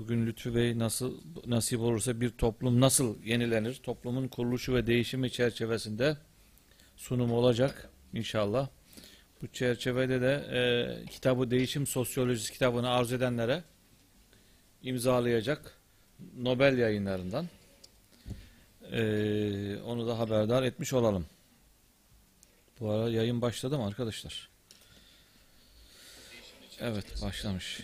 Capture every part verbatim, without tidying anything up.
bugün Lütfü Bey nasıl nasip olursa bir toplum nasıl yenilenir? Toplumun kuruluşu ve değişimi çerçevesinde sunum olacak inşallah. Bu çerçevede de e, kitabı Değişim Sosyolojisi kitabını arzu edenlere imzalayacak Nobel yayınlarından. E, onu da haberdar etmiş olalım. Bu ara yayın başladı mı arkadaşlar? Evet, başlamış.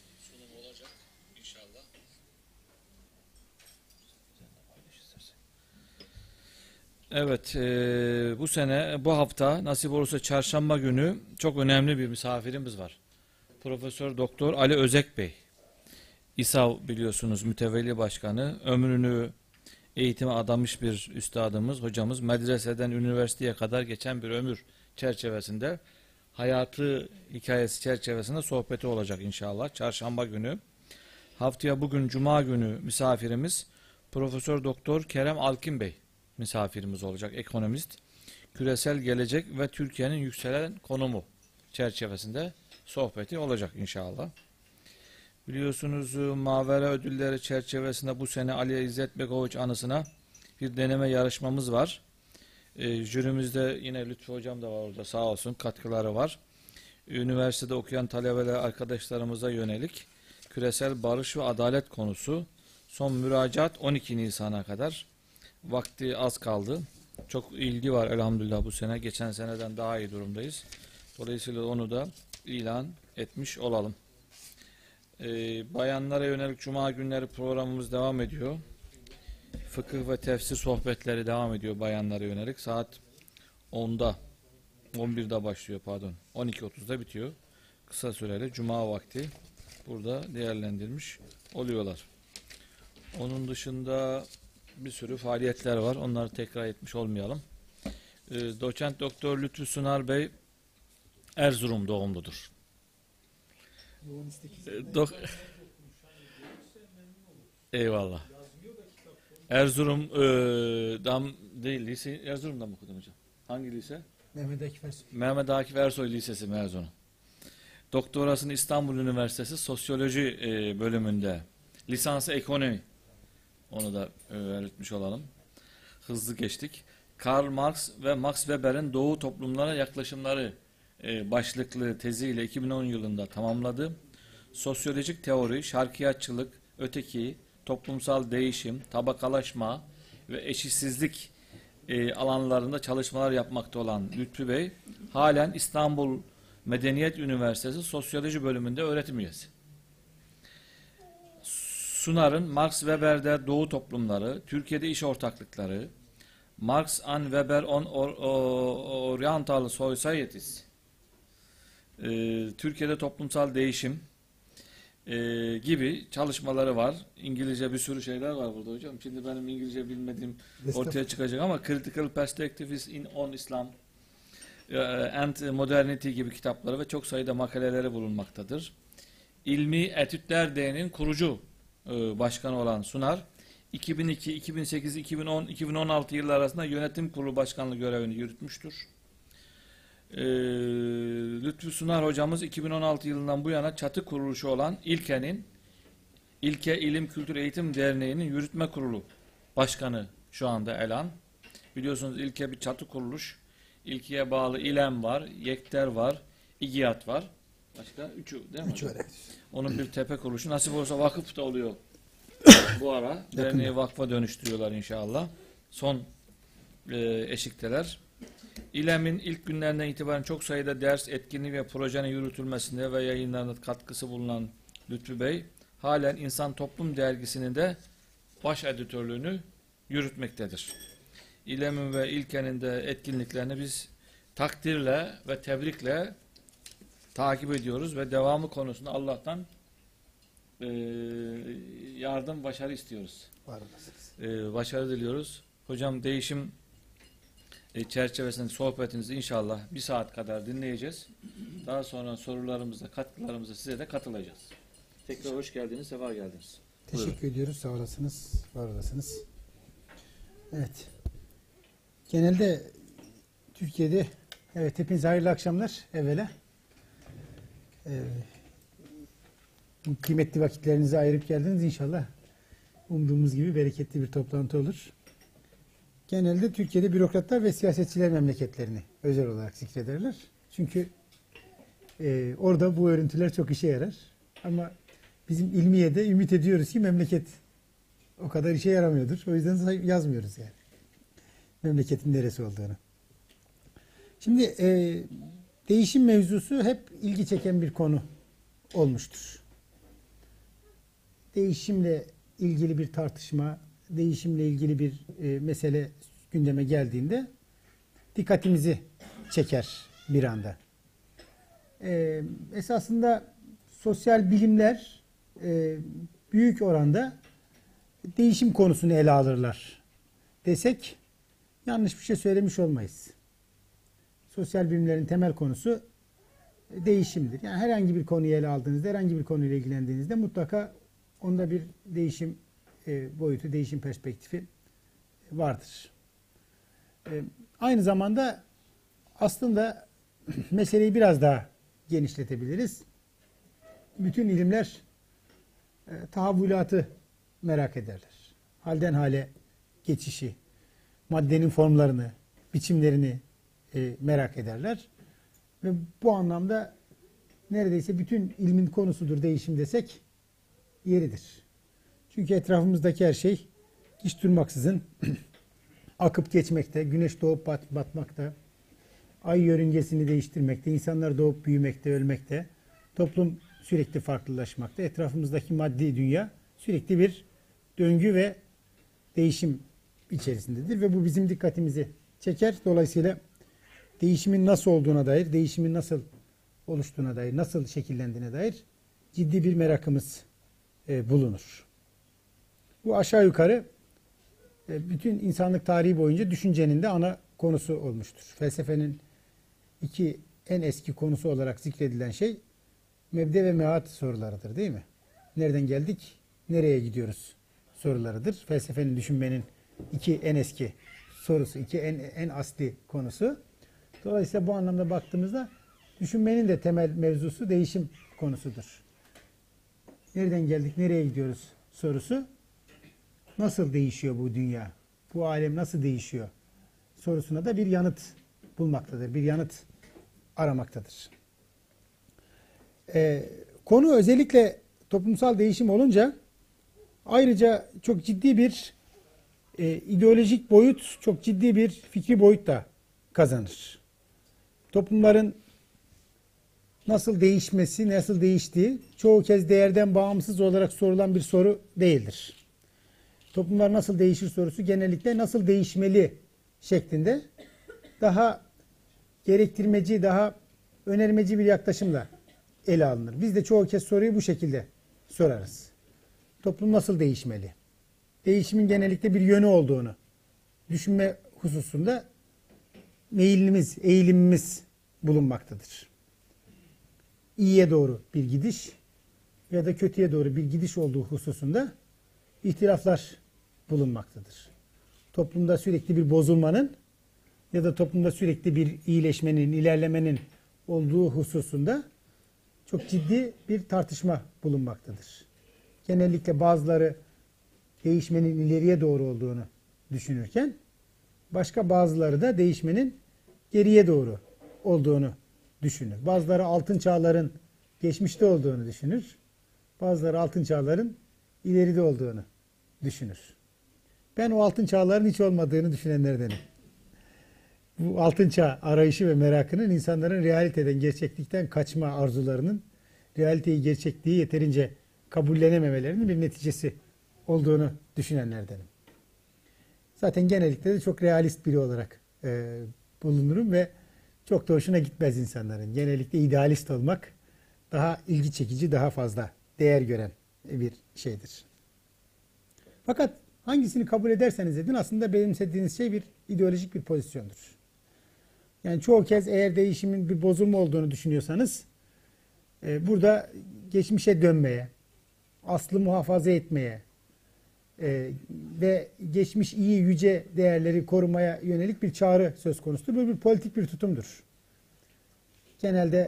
Evet, e, bu sene, bu hafta nasip olursa çarşamba günü çok önemli bir misafirimiz var. Profesör Doktor Ali Özek Bey. İSAV biliyorsunuz mütevelli başkanı, ömrünü eğitime adamış bir üstadımız, hocamız. Medreseden üniversiteye kadar geçen bir ömür çerçevesinde, hayatı hikayesi çerçevesinde sohbeti olacak inşallah. Çarşamba günü. Haftaya bugün Cuma günü misafirimiz Profesör Doktor Kerem Alkin Bey misafirimiz olacak, ekonomist. Küresel gelecek ve Türkiye'nin yükselen konumu çerçevesinde sohbeti olacak inşallah. Biliyorsunuz Mavera ödülleri çerçevesinde bu sene Ali İzzet Begoviç anısına bir deneme yarışmamız var. E, jürimizde yine Lütfü Hocam da var orada, sağ olsun, katkıları var. Üniversitede okuyan talebeler arkadaşlarımıza yönelik küresel barış ve adalet konusu. Son müracaat on iki Nisan'a kadar. Vakti az kaldı. Çok ilgi var elhamdülillah bu sene. Geçen seneden daha iyi durumdayız. Dolayısıyla onu da ilan etmiş olalım. Ee, bayanlara yönelik Cuma günleri programımız devam ediyor. Fıkıh ve tefsir sohbetleri devam ediyor bayanlara yönelik. Saat onda, on birde başlıyor pardon. on iki otuzda bitiyor. Kısa süreli Cuma vakti burada değerlendirmiş oluyorlar. Onun dışında bir sürü faaliyetler var. Onları tekrar etmiş olmayalım. Ee, Doçent Doktor Lütfü Sunar Bey Erzurum doğumludur. Ee, dok Eyvallah. Erzurum'dan değil, lise Erzurum'dan mı okudun hocam? Hangi lise? Mehmet Akif Ersoy. Mehmet Akif Ersoy Lisesi mezunu. Doktorasını İstanbul Üniversitesi Sosyoloji e, bölümünde. Lisansı ekonomi. Onu da öğretmiş olalım. Hızlı geçtik. Karl Marx ve Max Weber'in Doğu toplumlara yaklaşımları e, başlıklı teziyle iki bin on yılında tamamladı. Sosyolojik teori, şarkiyatçılık, öteki, toplumsal değişim, tabakalaşma ve eşitsizlik e, alanlarında çalışmalar yapmakta olan Lütfü Bey, halen İstanbul Medeniyet Üniversitesi Sosyoloji bölümünde öğretim üyesi. Sunar'ın Marx Weber'de Doğu toplumları, Türkiye'de iş ortaklıkları, Marx and Weber on Oriental Societies, e, Türkiye'de toplumsal değişim e, gibi çalışmaları var. İngilizce bir sürü şeyler var burada hocam. Şimdi benim İngilizce bilmediğim ortaya çıkacak ama Critical Perspectives in on Islam and Modernity gibi kitapları ve çok sayıda makaleleri bulunmaktadır. İlmi Etütler Derneği'nin kurucu başkanı olan Sunar, iki bin iki, iki bin sekiz, iki bin on, iki bin on altı yılları arasında yönetim kurulu başkanlığı görevini yürütmüştür. Ee, Lütfü Sunar hocamız iki bin on altı yılından bu yana çatı kuruluşu olan İlke'nin, İlke İlim Kültür Eğitim Derneği'nin yürütme kurulu başkanı şu anda Elan. Biliyorsunuz İlke bir çatı kuruluş. İlke'ye bağlı İlem var, Yekter var, İGİAD var. Başka? Üçü değil mi? Üçü var. Onun bir tepe kuruluşu. Nasip olursa vakıf da oluyor bu ara. Derneği vakfa dönüştürüyorlar inşallah. Son e, eşikteler. İLEM'in ilk günlerinden itibaren çok sayıda ders, etkinliği ve projenin yürütülmesinde ve yayınlarında katkısı bulunan Lütfü Bey, halen İnsan Toplum Dergisi'nin de baş editörlüğünü yürütmektedir. İLEM'in ve İlke'nin de etkinliklerini biz takdirle ve tebrikle takip ediyoruz ve devamı konusunda Allah'tan e, yardım, başarı istiyoruz. Var olasınız. E, başarı diliyoruz. Hocam değişim e, çerçevesinde sohbetinizi inşallah bir saat kadar dinleyeceğiz. Daha sonra sorularımızla, katkılarımızla size de katılacağız. Tekrar hoş geldiniz, sefa geldiniz. Teşekkür Buyurun. ediyoruz. Sağ olasınız. Var olasınız. Evet. Genelde Türkiye'de, evet, hepinize hayırlı akşamlar evvela. Ee, Bu kıymetli vakitlerinizi ayırıp geldiniz. İnşallah umduğumuz gibi bereketli bir toplantı olur. Genelde Türkiye'de bürokratlar ve siyasetçiler memleketlerini özel olarak zikrederler. Çünkü e, orada bu örüntüler çok işe yarar. Ama bizim ilmiyede ümit ediyoruz ki memleket o kadar işe yaramıyordur. O yüzden yazmıyoruz yani. Memleketin neresi olduğunu. Şimdi e, değişim mevzusu hep ilgi çeken bir konu olmuştur. Değişimle ilgili bir tartışma, değişimle ilgili bir e, mesele gündeme geldiğinde dikkatimizi çeker bir anda. E, esasında sosyal bilimler e, büyük oranda değişim konusunu ele alırlar desek yanlış bir şey söylemiş olmayız. Sosyal bilimlerin temel konusu değişimdir. Yani herhangi bir konuyu ele aldığınızda, herhangi bir konuyla ilgilendiğinizde mutlaka onda bir değişim e, boyutu, değişim perspektifi vardır. E, aynı zamanda aslında meseleyi biraz daha genişletebiliriz. Bütün ilimler e, tahavvülatı merak ederler. Halden hale geçişi, maddenin formlarını, biçimlerini e, merak ederler. Ve bu anlamda neredeyse bütün ilmin konusudur değişim desek yeridir. Çünkü etrafımızdaki her şey hiç durmaksızın akıp geçmekte, güneş doğup bat, batmakta, ay yörüngesini değiştirmekte, insanlar doğup büyümekte, ölmekte, toplum sürekli farklılaşmakta, etrafımızdaki maddi dünya sürekli bir döngü ve değişim içerisindedir ve bu bizim dikkatimizi çeker. Dolayısıyla değişimin nasıl olduğuna dair, değişimin nasıl oluştuğuna dair, nasıl şekillendiğine dair ciddi bir merakımız e, bulunur. Bu aşağı yukarı e, bütün insanlık tarihi boyunca düşüncenin de ana konusu olmuştur. Felsefenin iki en eski konusu olarak zikredilen şey mebde ve meat sorularıdır, değil mi? Nereden geldik, nereye gidiyoruz sorularıdır. Felsefenin, düşünmenin iki en eski sorusu, iki en, en asli konusu. Dolayısıyla bu anlamda baktığımızda düşünmenin de temel mevzusu değişim konusudur. Nereden geldik, nereye gidiyoruz sorusu. Nasıl değişiyor bu dünya? Bu alem nasıl değişiyor? Sorusuna da bir yanıt bulmaktadır. Bir yanıt aramaktadır. Ee, konu özellikle toplumsal değişim olunca ayrıca çok ciddi bir e, ideolojik boyut, çok ciddi bir fikri boyut da kazanır. Toplumların nasıl değişmesi, nasıl değiştiği çoğu kez değerden bağımsız olarak sorulan bir soru değildir. Toplumlar nasıl değişir sorusu genellikle nasıl değişmeli şeklinde daha gerektirmeci, daha önermeci bir yaklaşımla ele alınır. Biz de çoğu kez soruyu bu şekilde sorarız. Toplum nasıl değişmeli? Değişimin genellikle bir yönü olduğunu düşünme hususunda meyilimiz, eğilimimiz bulunmaktadır. İyiye doğru bir gidiş ya da kötüye doğru bir gidiş olduğu hususunda ihtilaflar bulunmaktadır. Toplumda sürekli bir bozulmanın ya da toplumda sürekli bir iyileşmenin, ilerlemenin olduğu hususunda çok ciddi bir tartışma bulunmaktadır. Genellikle bazıları değişmenin ileriye doğru olduğunu düşünürken başka bazıları da değişmenin geriye doğru olduğunu düşünür. Bazıları altın çağların geçmişte olduğunu düşünür. Bazıları altın çağların ileride olduğunu düşünür. Ben o altın çağların hiç olmadığını düşünenlerdenim. Bu altın çağ arayışı ve merakının insanların realiteden, gerçeklikten kaçma arzularının realiteyi, gerçekliği yeterince kabullenememelerinin bir neticesi olduğunu düşünenlerdenim. Zaten genellikle de çok realist biri olarak e, bulunurum ve çok da hoşuna gitmez insanların. Genellikle idealist olmak daha ilgi çekici, daha fazla değer gören bir şeydir. Fakat hangisini kabul ederseniz edin aslında benimsediğiniz şey bir ideolojik bir pozisyondur. Yani çoğu kez eğer değişimin bir bozulma olduğunu düşünüyorsanız e, burada geçmişe dönmeye, aslı muhafaza etmeye e, ve geçmiş iyi yüce değerleri korumaya yönelik bir çağrı söz konusudur. Bu bir politik bir tutumdur. Genelde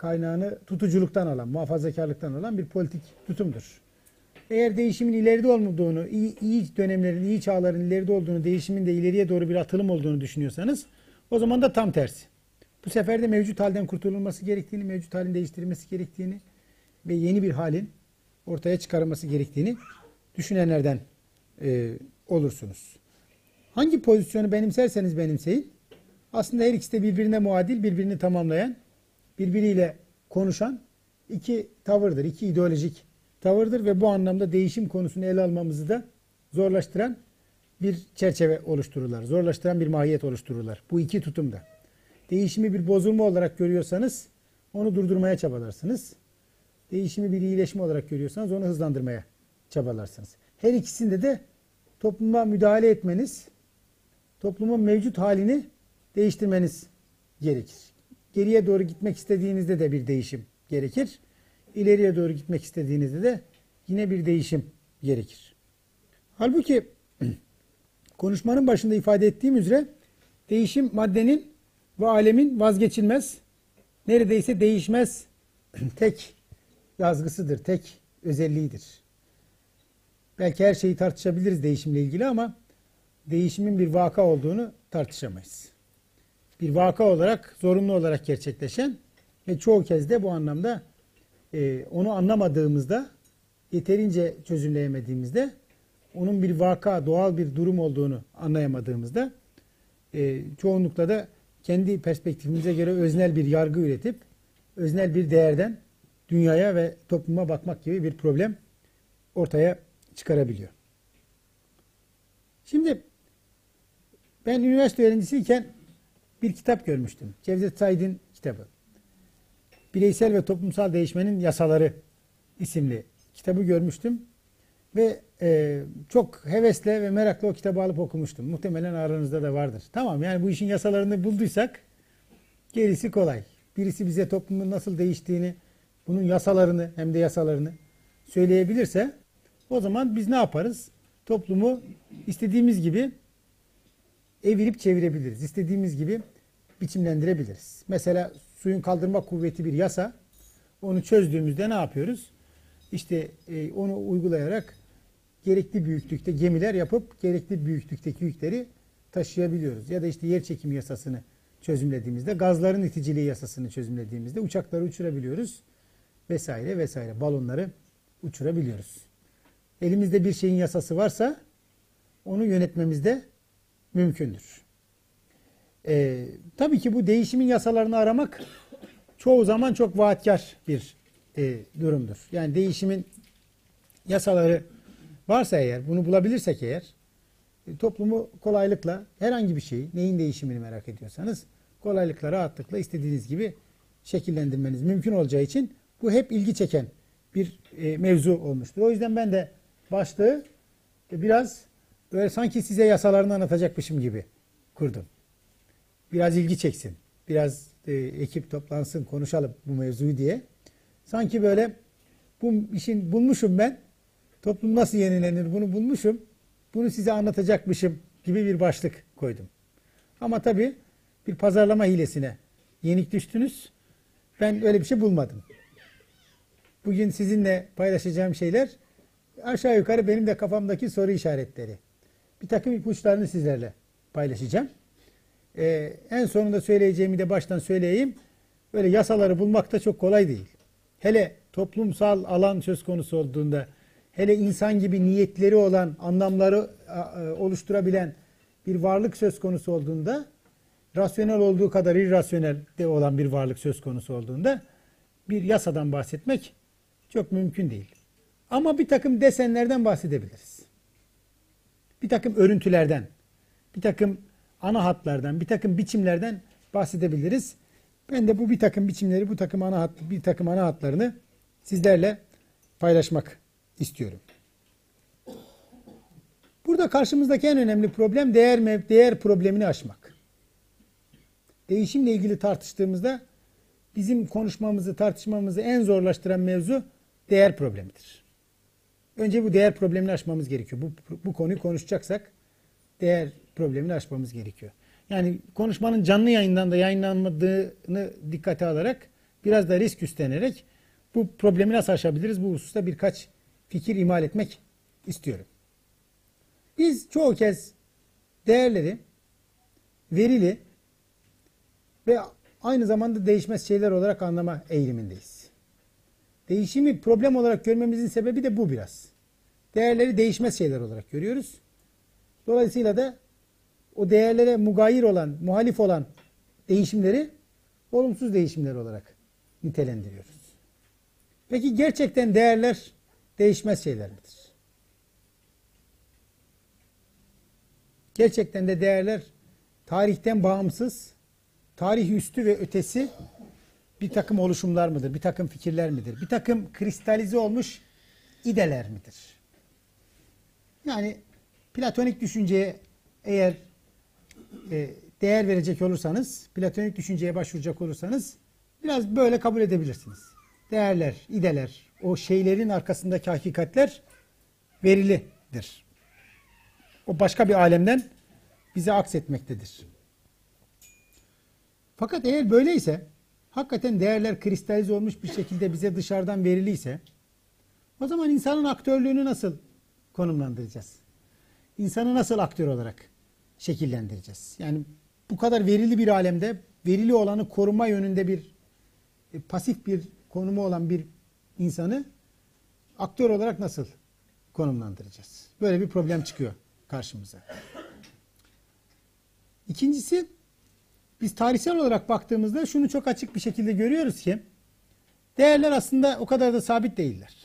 kaynağını tutuculuktan alan, muhafazakarlıktan alan bir politik tutumdur. Eğer değişimin ileride olmadığını, iyi, iyi dönemlerin, iyi çağların ileride olduğunu, değişimin de ileriye doğru bir atılım olduğunu düşünüyorsanız o zaman da tam tersi. Bu sefer de mevcut halden kurtululması gerektiğini, mevcut halin değiştirilmesi gerektiğini ve yeni bir halin ortaya çıkarılması gerektiğini düşünenlerden e, olursunuz. Hangi pozisyonu benimserseniz benimseyin, aslında her ikisi de birbirine muadil, birbirini tamamlayan, birbiriyle konuşan iki tavırdır, iki ideolojik tavırdır ve bu anlamda değişim konusunu ele almamızı da zorlaştıran bir çerçeve oluştururlar, zorlaştıran bir mahiyet oluştururlar. Bu iki tutumda. Değişimi bir bozulma olarak görüyorsanız onu durdurmaya çabalarsınız. Değişimi bir iyileşme olarak görüyorsanız onu hızlandırmaya çabalarsınız. Her ikisinde de topluma müdahale etmeniz, toplumun mevcut halini değiştirmeniz gerekir. Geriye doğru gitmek istediğinizde de bir değişim gerekir. İleriye doğru gitmek istediğinizde de yine bir değişim gerekir. Halbuki konuşmanın başında ifade ettiğim üzere değişim maddenin ve alemin vazgeçilmez, neredeyse değişmez tek yazgısıdır, tek özelliğidir. Belki her şeyi tartışabiliriz değişimle ilgili ama değişimin bir vaka olduğunu tartışamayız. Bir vaka olarak, zorunlu olarak gerçekleşen ve çoğu kez de bu anlamda e, onu anlamadığımızda, yeterince çözümleyemediğimizde, onun bir vaka, doğal bir durum olduğunu anlayamadığımızda e, çoğunlukla da kendi perspektifimize göre öznel bir yargı üretip öznel bir değerden dünyaya ve topluma bakmak gibi bir problem ortaya çıkarabiliyor. Şimdi ben üniversite öğrencisiyken bir kitap görmüştüm. Cevdet Said'in kitabı. Bireysel ve Toplumsal Değişmenin Yasaları isimli kitabı görmüştüm. Ve e, çok hevesle ve merakla o kitabı alıp okumuştum. Muhtemelen aranızda da vardır. Tamam, yani bu işin yasalarını bulduysak gerisi kolay. Birisi bize toplumun nasıl değiştiğini, bunun yasalarını hem de yasalarını söyleyebilirse o zaman biz ne yaparız? Toplumu istediğimiz gibi evirip çevirebiliriz. İstediğimiz gibi biçimlendirebiliriz. Mesela suyun kaldırma kuvveti bir yasa. Onu çözdüğümüzde ne yapıyoruz? İşte e, onu uygulayarak gerekli büyüklükte gemiler yapıp gerekli büyüklükteki yükleri taşıyabiliyoruz. Ya da işte yer çekimi yasasını çözümlediğimizde, gazların iticiliği yasasını çözümlediğimizde uçakları uçurabiliyoruz vesaire vesaire. Balonları uçurabiliyoruz. Elimizde bir şeyin yasası varsa onu yönetmemiz de mümkündür. Ee, tabii ki bu değişimin yasalarını aramak çoğu zaman çok vaatkar bir e, durumdur. Yani değişimin yasaları varsa eğer, bunu bulabilirsek eğer, e, toplumu kolaylıkla herhangi bir şeyi, neyin değişimini merak ediyorsanız kolaylıkla, rahatlıkla istediğiniz gibi şekillendirmeniz mümkün olacağı için bu hep ilgi çeken bir e, mevzu olmuştur. O yüzden ben de başlığı e, biraz böyle sanki size yasalarını anlatacakmışım gibi kurdum. Biraz ilgi çeksin, biraz e, ekip toplansın, konuşalım bu mevzuyu diye. Sanki böyle bu işin bulmuşum ben, toplum nasıl yenilenir bunu bulmuşum, bunu size anlatacakmışım gibi bir başlık koydum. Ama tabii bir pazarlama hilesine yenik düştünüz. Ben öyle bir şey bulmadım. Bugün sizinle paylaşacağım şeyler aşağı yukarı benim de kafamdaki soru işaretleri. Bir takım ipuçlarını sizlerle paylaşacağım. Ee, en sonunda söyleyeceğimi de baştan söyleyeyim. Böyle yasaları bulmak da çok kolay değil. Hele toplumsal alan söz konusu olduğunda, hele insan gibi niyetleri olan, anlamları oluşturabilen bir varlık söz konusu olduğunda, rasyonel olduğu kadar irrasyonel de olan bir varlık söz konusu olduğunda bir yasadan bahsetmek çok mümkün değil. Ama bir takım desenlerden bahsedebiliriz. Bir takım örüntülerden, bir takım ana hatlardan, bir takım biçimlerden bahsedebiliriz. Ben de bu bir takım biçimleri, bu takım ana hat, bir takım ana hatlarını sizlerle paylaşmak istiyorum. Burada karşımızdaki en önemli problem değer değer problemini aşmak. Değişimle ilgili tartıştığımızda bizim konuşmamızı, tartışmamızı en zorlaştıran mevzu değer problemidir. Önce bu değer problemini aşmamız gerekiyor. Bu, bu konuyu konuşacaksak değer problemini aşmamız gerekiyor. Yani konuşmanın canlı yayından da yayınlanmadığını dikkate alarak biraz da risk üstlenerek bu problemi nasıl aşabiliriz? Bu hususta birkaç fikir imal etmek istiyorum. Biz çoğu kez değerleri verili ve aynı zamanda değişmez şeyler olarak anlama eğilimindeyiz. Değişimi problem olarak görmemizin sebebi de bu biraz. Değerleri değişmez şeyler olarak görüyoruz. Dolayısıyla da o değerlere mugayir olan, muhalif olan değişimleri olumsuz değişimler olarak nitelendiriyoruz. Peki gerçekten değerler değişmez şeyler midir? Gerçekten de değerler tarihten bağımsız, tarih üstü ve ötesi bir takım oluşumlar mıdır? Bir takım fikirler midir? Bir takım kristalize olmuş ideler midir? Yani Platonik düşünceye eğer e, değer verecek olursanız, Platonik düşünceye başvuracak olursanız biraz böyle kabul edebilirsiniz. Değerler, ideler, o şeylerin arkasındaki hakikatler verilidir. O başka bir alemden bize aksetmektedir. Fakat eğer böyleyse, hakikaten değerler kristalize olmuş bir şekilde bize dışarıdan veriliyse, o zaman insanın aktörlüğünü nasıl konumlandıracağız? İnsanı nasıl aktör olarak şekillendireceğiz? Yani bu kadar verili bir alemde, verili olanı koruma yönünde bir e, pasif bir konumu olan bir insanı aktör olarak nasıl konumlandıracağız? Böyle bir problem çıkıyor karşımıza. İkincisi, biz tarihsel olarak baktığımızda şunu çok açık bir şekilde görüyoruz ki değerler aslında o kadar da sabit değiller.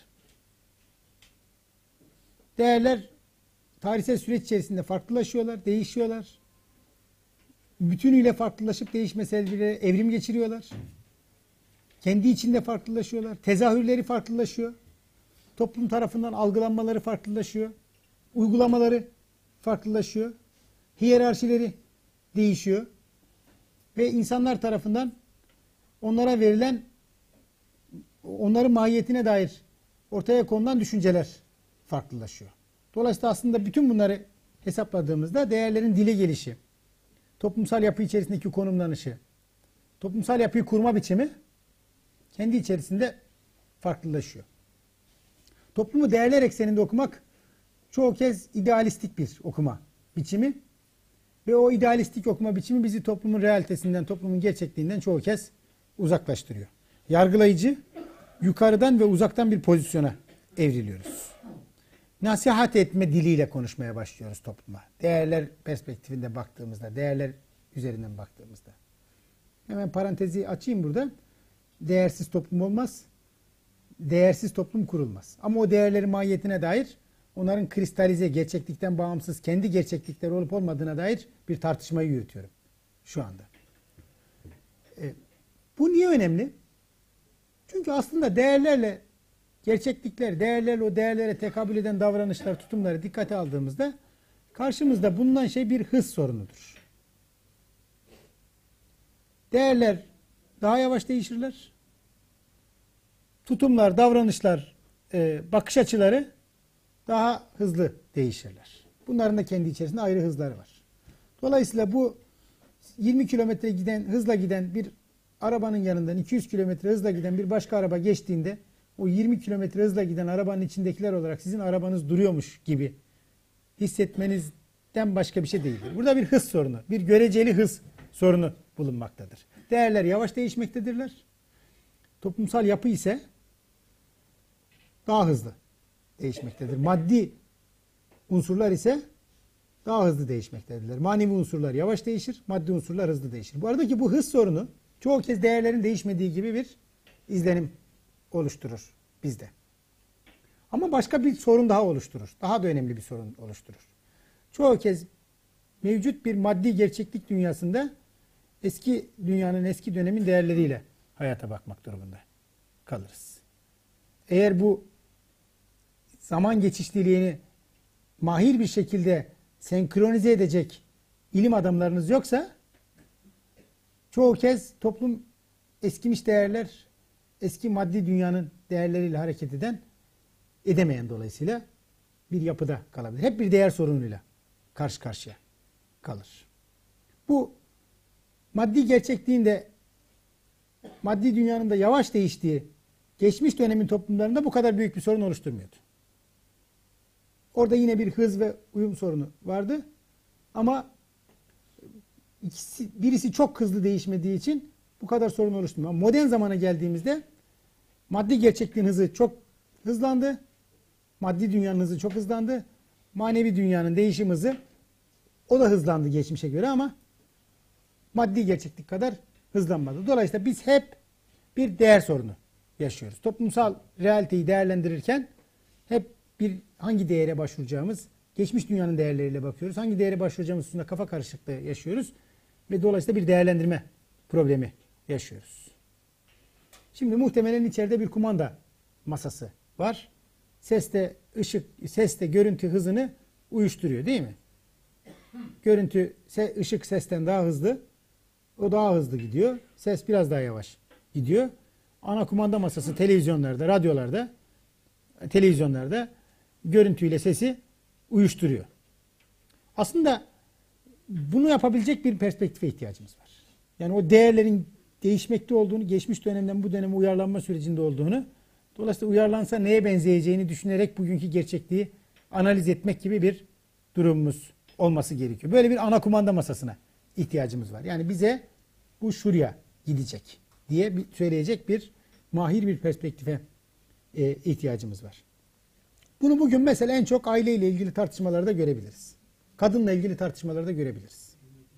Değerler tarihsel süreç içerisinde farklılaşıyorlar, değişiyorlar. Bütünüyle farklılaşıp değişmesiyle evrim geçiriyorlar. Kendi içinde farklılaşıyorlar. Tezahürleri farklılaşıyor. Toplum tarafından algılanmaları farklılaşıyor. Uygulamaları farklılaşıyor. Hiyerarşileri değişiyor. Ve insanlar tarafından onlara verilen, onların mahiyetine dair ortaya konulan düşünceler farklılaşıyor. Dolayısıyla aslında bütün bunları hesapladığımızda değerlerin dile gelişi, toplumsal yapı içerisindeki konumlanışı, toplumsal yapıyı kurma biçimi kendi içerisinde farklılaşıyor. Toplumu değerler ekseninde okumak çoğu kez idealistik bir okuma biçimi ve o idealistik okuma biçimi bizi toplumun realitesinden, toplumun gerçekliğinden çoğu kez uzaklaştırıyor. Yargılayıcı, yukarıdan ve uzaktan bir pozisyona evriliyoruz. Nasihat etme diliyle konuşmaya başlıyoruz topluma. Değerler perspektifinde baktığımızda, değerler üzerinden baktığımızda. Hemen parantezi açayım burada. Değersiz toplum olmaz. Değersiz toplum kurulmaz. Ama o değerlerin mahiyetine dair, onların kristalize, gerçeklikten bağımsız, kendi gerçeklikleri olup olmadığına dair bir tartışmayı yürütüyorum şu anda. E, bu niye önemli? Çünkü aslında değerlerle gerçeklikler, değerlerle o değerlere tekabül eden davranışlar, tutumları dikkate aldığımızda karşımızda bulunan şey bir hız sorunudur. Değerler daha yavaş değişirler. Tutumlar, davranışlar, e, bakış açıları daha hızlı değişirler. Bunların da kendi içerisinde ayrı hızları var. Dolayısıyla bu yirmi kilometre giden, hızla giden bir arabanın yanından iki yüz kilometre hızla giden bir başka araba geçtiğinde o yirmi kilometre hızla giden arabanın içindekiler olarak sizin arabanız duruyormuş gibi hissetmenizden başka bir şey değildir. Burada bir hız sorunu, bir göreceli hız sorunu bulunmaktadır. Değerler yavaş değişmektedirler. Toplumsal yapı ise daha hızlı değişmektedir. Maddi unsurlar ise daha hızlı değişmektedirler. Manevi unsurlar yavaş değişir, maddi unsurlar hızlı değişir. Bu aradaki bu hız sorunu çoğu kez değerlerin değişmediği gibi bir izlenim oluşturur bizde. Ama başka bir sorun daha oluşturur. Daha da önemli bir sorun oluşturur. Çoğu kez mevcut bir maddi gerçeklik dünyasında eski dünyanın, eski dönemin değerleriyle hayata bakmak durumunda kalırız. Eğer bu zaman geçişliliğini mahir bir şekilde senkronize edecek ilim adamlarınız yoksa çoğu kez toplum eskimiş değerler, eski maddi dünyanın değerleriyle hareket eden, edemeyen dolayısıyla bir yapıda kalabilir. Hep bir değer sorunuyla karşı karşıya kalır. Bu maddi gerçekliğin de maddi dünyanın da yavaş değiştiği geçmiş dönemin toplumlarında bu kadar büyük bir sorun oluşturmuyordu. Orada yine bir hız ve uyum sorunu vardı. Ama ikisi, birisi çok hızlı değişmediği için bu kadar sorun oluşturmuyor. Modern zamana geldiğimizde maddi gerçekliğin hızı çok hızlandı. Maddi dünyanın hızı çok hızlandı. Manevi dünyanın değişim hızı o da hızlandı geçmişe göre ama maddi gerçeklik kadar hızlanmadı. Dolayısıyla biz hep bir değer sorunu yaşıyoruz. Toplumsal realiteyi değerlendirirken hep bir hangi değere başvuracağımız, geçmiş dünyanın değerleriyle bakıyoruz. Hangi değere başvuracağımız üstünde kafa karışıklığı yaşıyoruz. Ve dolayısıyla bir değerlendirme problemi yaşıyoruz. Şimdi muhtemelen içeride bir kumanda masası var. Seste ışık, seste görüntü hızını uyuşturuyor değil mi? Görüntü, ışık sesten daha hızlı. O daha hızlı gidiyor. Ses biraz daha yavaş gidiyor. Ana kumanda masası televizyonlarda, radyolarda, televizyonlarda görüntüyle sesi uyuşturuyor. Aslında bunu yapabilecek bir perspektife ihtiyacımız var. Yani o değerlerin değişmekte olduğunu, geçmiş dönemden bu döneme uyarlanma sürecinde olduğunu, dolayısıyla uyarlansa neye benzeyeceğini düşünerek bugünkü gerçekliği analiz etmek gibi bir durumumuz olması gerekiyor. Böyle bir ana kumanda masasına ihtiyacımız var. Yani bize bu şuraya gidecek diye bir, söyleyecek bir mahir bir perspektife e, ihtiyacımız var. Bunu bugün mesela en çok aileyle ilgili tartışmalarda görebiliriz. Kadınla ilgili tartışmalarda görebiliriz.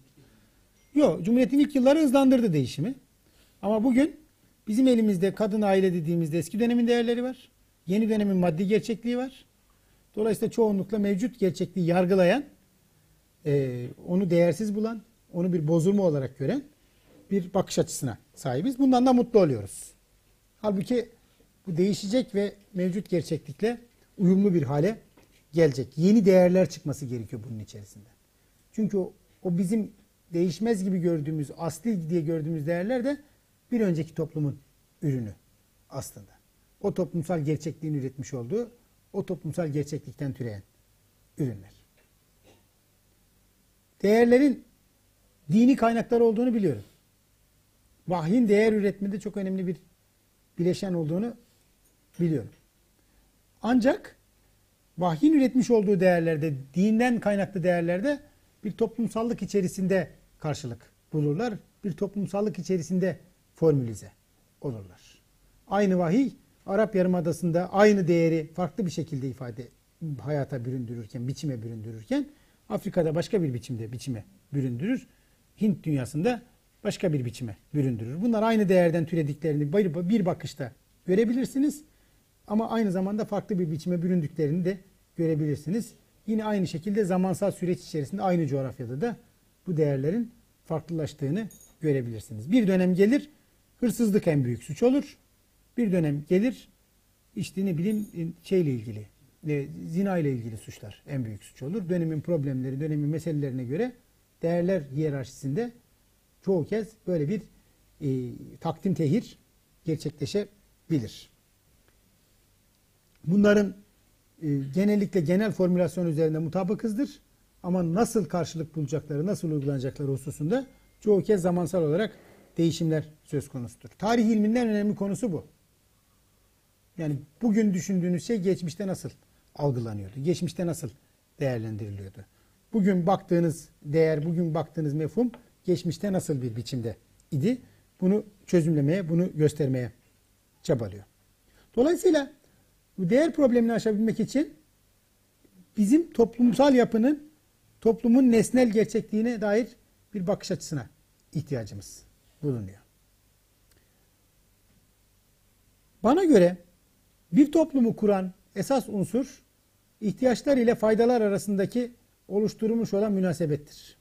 Yok, Cumhuriyet'in ilk yılları hızlandırdı değişimi. Ama bugün bizim elimizde kadın aile dediğimizde eski dönemin değerleri var. Yeni dönemin maddi gerçekliği var. Dolayısıyla çoğunlukla mevcut gerçekliği yargılayan, e, onu değersiz bulan, onu bir bozulma olarak gören bir bakış açısına sahibiz. Bundan da mutlu oluyoruz. Halbuki bu değişecek ve mevcut gerçeklikle uyumlu bir hale gelecek. Yeni değerler çıkması gerekiyor bunun içerisinde. Çünkü o, o bizim değişmez gibi gördüğümüz, asli diye gördüğümüz değerler de bir önceki toplumun ürünü aslında. O toplumsal gerçekliğin üretmiş olduğu, o toplumsal gerçeklikten türeyen ürünler. Değerlerin dini kaynaklar olduğunu biliyorum. Vahyin değer üretmede çok önemli bir bileşen olduğunu biliyorum. Ancak vahyin üretmiş olduğu değerlerde, dinden kaynaklı değerlerde bir toplumsallık içerisinde karşılık bulurlar. Bir toplumsallık içerisinde formülize olurlar. Aynı vahiy Arap Yarımadası'nda aynı değeri farklı bir şekilde ifade hayata büründürürken, biçime büründürürken Afrika'da başka bir biçimde biçime büründürür. Hint dünyasında başka bir biçime büründürür. Bunlar aynı değerden türediklerini bir bakışta görebilirsiniz. Ama aynı zamanda farklı bir biçime büründüklerini de görebilirsiniz. Yine aynı şekilde zamansal süreç içerisinde aynı coğrafyada da bu değerlerin farklılaştığını görebilirsiniz. Bir dönem gelir hırsızlık en büyük suç olur. Bir dönem gelir işte ne bileyim şeyle ilgili, zina ile ilgili suçlar en büyük suç olur. Dönemin problemleri, dönemin meselelerine göre değerler hiyerarşisinde çoğu kez böyle bir e, takdim tehir gerçekleşebilir. Bunların e, genellikle genel formülasyon üzerinde mutabıkızdır. Ama nasıl karşılık bulacakları, nasıl uygulanacakları hususunda çoğu kez zamansal olarak değişimler söz konusudur. Tarih ilminden önemli konusu bu. Yani bugün düşündüğünüz şey geçmişte nasıl algılanıyordu? Geçmişte nasıl değerlendiriliyordu? Bugün baktığınız değer, bugün baktığınız mefhum geçmişte nasıl bir biçimde idi? Bunu çözümlemeye, bunu göstermeye çabalıyor. Dolayısıyla bu değer problemini aşabilmek için bizim toplumsal yapının, toplumun nesnel gerçekliğine dair bir bakış açısına ihtiyacımız bulunuyor. Bana göre bir toplumu kuran esas unsur ihtiyaçlar ile faydalar arasındaki oluşturulmuş olan münasebettir.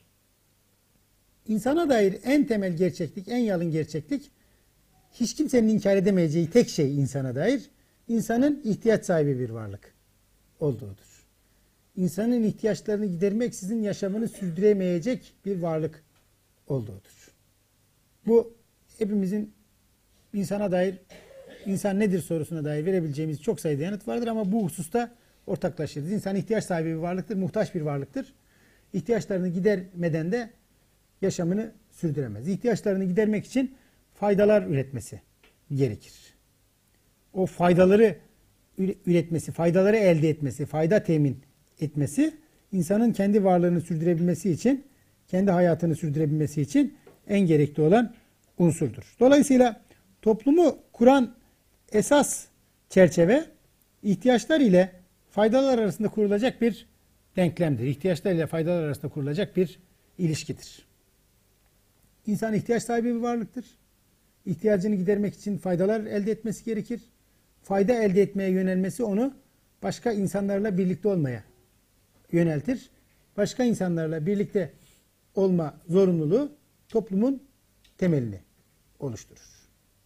İnsana dair en temel gerçeklik, en yalın gerçeklik, hiç kimsenin inkar edemeyeceği tek şey insana dair, insanın ihtiyaç sahibi bir varlık olduğudur. İnsanın ihtiyaçlarını gidermeksizin yaşamını sürdüremeyecek bir varlık olduğudur. Bu hepimizin insana dair, insan nedir sorusuna dair verebileceğimiz çok sayıda yanıt vardır ama bu hususta ortaklaşırız. İnsan ihtiyaç sahibi bir varlıktır, muhtaç bir varlıktır. İhtiyaçlarını gidermeden de yaşamını sürdüremez. İhtiyaçlarını gidermek için faydalar üretmesi gerekir. O faydaları üretmesi, faydaları elde etmesi, fayda temin etmesi insanın kendi varlığını sürdürebilmesi için, kendi hayatını sürdürebilmesi için en gerekli olan unsurdur. Dolayısıyla toplumu kuran esas çerçeve ihtiyaçlar ile faydalar arasında kurulacak bir denklemdir. İhtiyaçlar ile faydalar arasında kurulacak bir ilişkidir. İnsan ihtiyaç sahibi bir varlıktır. İhtiyacını gidermek için faydalar elde etmesi gerekir. Fayda elde etmeye yönelmesi onu başka insanlarla birlikte olmaya yöneltir. Başka insanlarla birlikte olma zorunluluğu toplumun temelini oluşturur.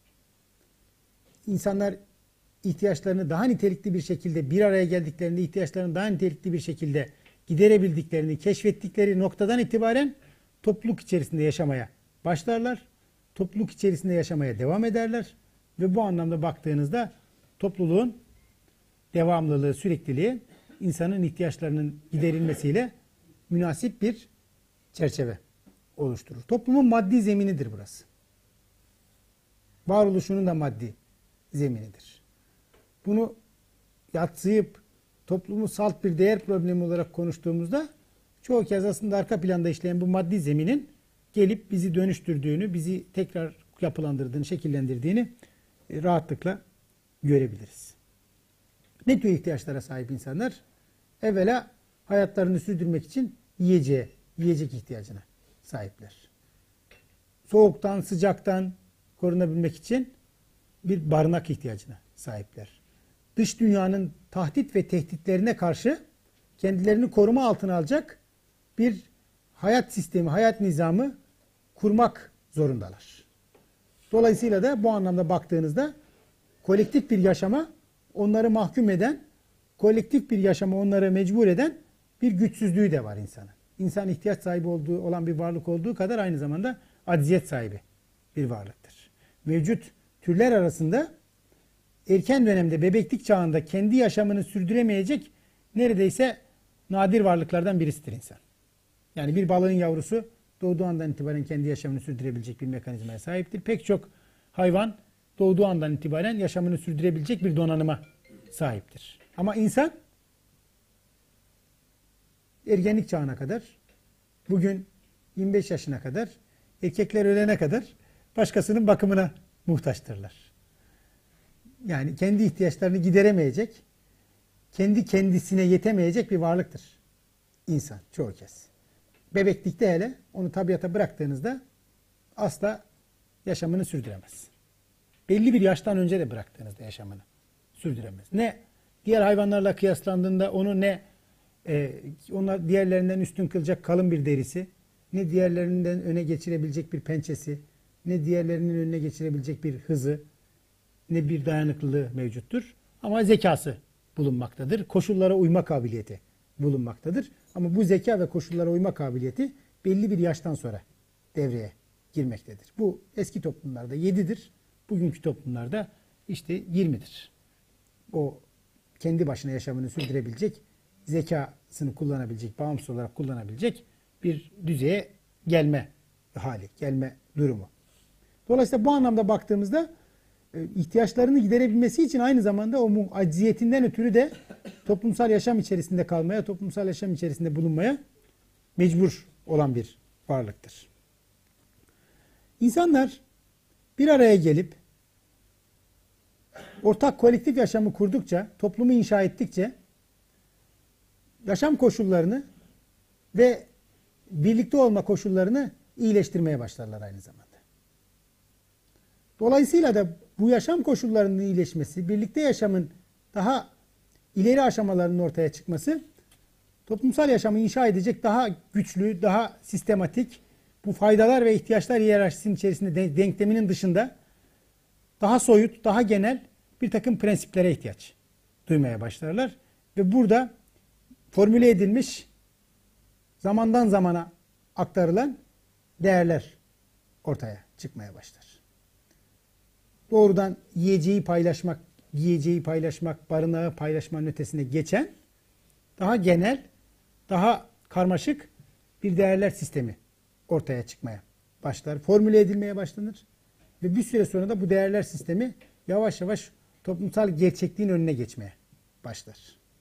İnsanlar ihtiyaçlarını daha nitelikli bir şekilde bir araya geldiklerinde ihtiyaçlarını daha nitelikli bir şekilde giderebildiklerini keşfettikleri noktadan itibaren topluluk içerisinde yaşamaya başlarlar. Topluluk içerisinde yaşamaya devam ederler. Ve bu anlamda baktığınızda topluluğun devamlılığı, sürekliliği insanın ihtiyaçlarının giderilmesiyle münasip bir çerçeve oluşturur. Toplumun maddi zeminidir burası. Varoluşunun da maddi zeminidir. Bunu yadsıyıp toplumu salt bir değer problemi olarak konuştuğumuzda çoğu kez aslında arka planda işleyen bu maddi zeminin gelip bizi dönüştürdüğünü, bizi tekrar yapılandırdığını, şekillendirdiğini rahatlıkla görebiliriz. Ne tür ihtiyaçlara sahip insanlar? Evvela hayatlarını sürdürmek için yiyeceğe, yiyecek ihtiyacına sahipler. Soğuktan, sıcaktan korunabilmek için bir barınak ihtiyacına sahipler. Dış dünyanın tahdit ve tehditlerine karşı kendilerini koruma altına alacak bir hayat sistemi, hayat nizamı kurmak zorundalar. Dolayısıyla da bu anlamda baktığınızda kolektif bir yaşama onları mahkum eden, kolektif bir yaşama onları mecbur eden bir güçsüzlüğü de var insanın. İnsan ihtiyaç sahibi olduğu, olan bir varlık olduğu kadar aynı zamanda acziyet sahibi bir varlıktır. Mevcut türler arasında erken dönemde bebeklik çağında kendi yaşamını sürdüremeyecek neredeyse nadir varlıklardan birisidir insan. Yani bir balığın yavrusu doğduğu andan itibaren kendi yaşamını sürdürebilecek bir mekanizmaya sahiptir. Pek çok hayvan doğduğu andan itibaren yaşamını sürdürebilecek bir donanıma sahiptir. Ama insan ergenlik çağına kadar, bugün yirmi beş yaşına kadar, erkekler ölene kadar başkasının bakımına muhtaçtırlar. Yani kendi ihtiyaçlarını gideremeyecek, kendi kendisine yetemeyecek bir varlıktır insan çoğu kez. Bebeklikte hele onu tabiata bıraktığınızda asla yaşamını sürdüremez. Belli bir yaştan önce de bıraktığınızda yaşamını sürdüremez. Ne diğer hayvanlarla kıyaslandığında onu ne e, onlar diğerlerinden üstün kılacak kalın bir derisi, ne diğerlerinden öne geçirebilecek bir pençesi, ne diğerlerinin önüne geçirebilecek bir hızı, ne bir dayanıklılığı mevcuttur. Ama zekası bulunmaktadır. Koşullara uyma kabiliyeti bulunmaktadır. Ama bu zeka ve koşullara uyma kabiliyeti belli bir yaştan sonra devreye girmektedir. Bu eski toplumlarda yedidir. Bugünkü toplumlarda işte yirmidir. O kendi başına yaşamını sürdürebilecek, zekasını kullanabilecek, bağımsız olarak kullanabilecek bir düzeye gelme hali, gelme durumu. Dolayısıyla bu anlamda baktığımızda ihtiyaçlarını giderebilmesi için aynı zamanda o acziyetinden ötürü de toplumsal yaşam içerisinde kalmaya, toplumsal yaşam içerisinde bulunmaya mecbur olan bir varlıktır. İnsanlar bir araya gelip ortak kolektif yaşamı kurdukça, toplumu inşa ettikçe yaşam koşullarını ve birlikte olma koşullarını iyileştirmeye başlarlar aynı zamanda. Dolayısıyla da bu yaşam koşullarının iyileşmesi, birlikte yaşamın daha ileri aşamalarının ortaya çıkması, toplumsal yaşamı inşa edecek daha güçlü, daha sistematik, bu faydalar ve ihtiyaçlar hiyerarşisinin içerisinde denkleminin dışında daha soyut, daha genel bir takım prensiplere ihtiyaç duymaya başlarlar. Ve burada formüle edilmiş, zamandan zamana aktarılan değerler ortaya çıkmaya başlar. Doğrudan yiyeceği paylaşmak, giyeceği paylaşmak, barınağı paylaşmanın ötesine geçen daha genel, daha karmaşık bir değerler sistemi ortaya çıkmaya başlar. Formüle edilmeye başlanır. Ve bir süre sonra da bu değerler sistemi yavaş yavaş toplumsal gerçekliğin önüne geçmeye başlar.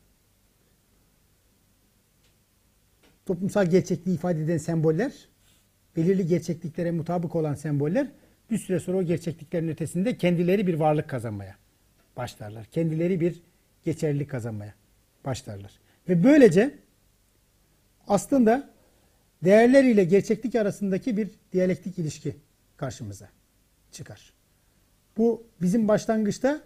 Toplumsal gerçekliği ifade eden semboller, belirli gerçekliklere mutabık olan semboller bir süre sonra o gerçekliklerin ötesinde kendileri bir varlık kazanmaya başlarlar. Kendileri bir geçerlilik kazanmaya başlarlar. Ve böylece aslında değerler ile gerçeklik arasındaki bir diyalektik ilişki karşımıza çıkar. Bu bizim başlangıçta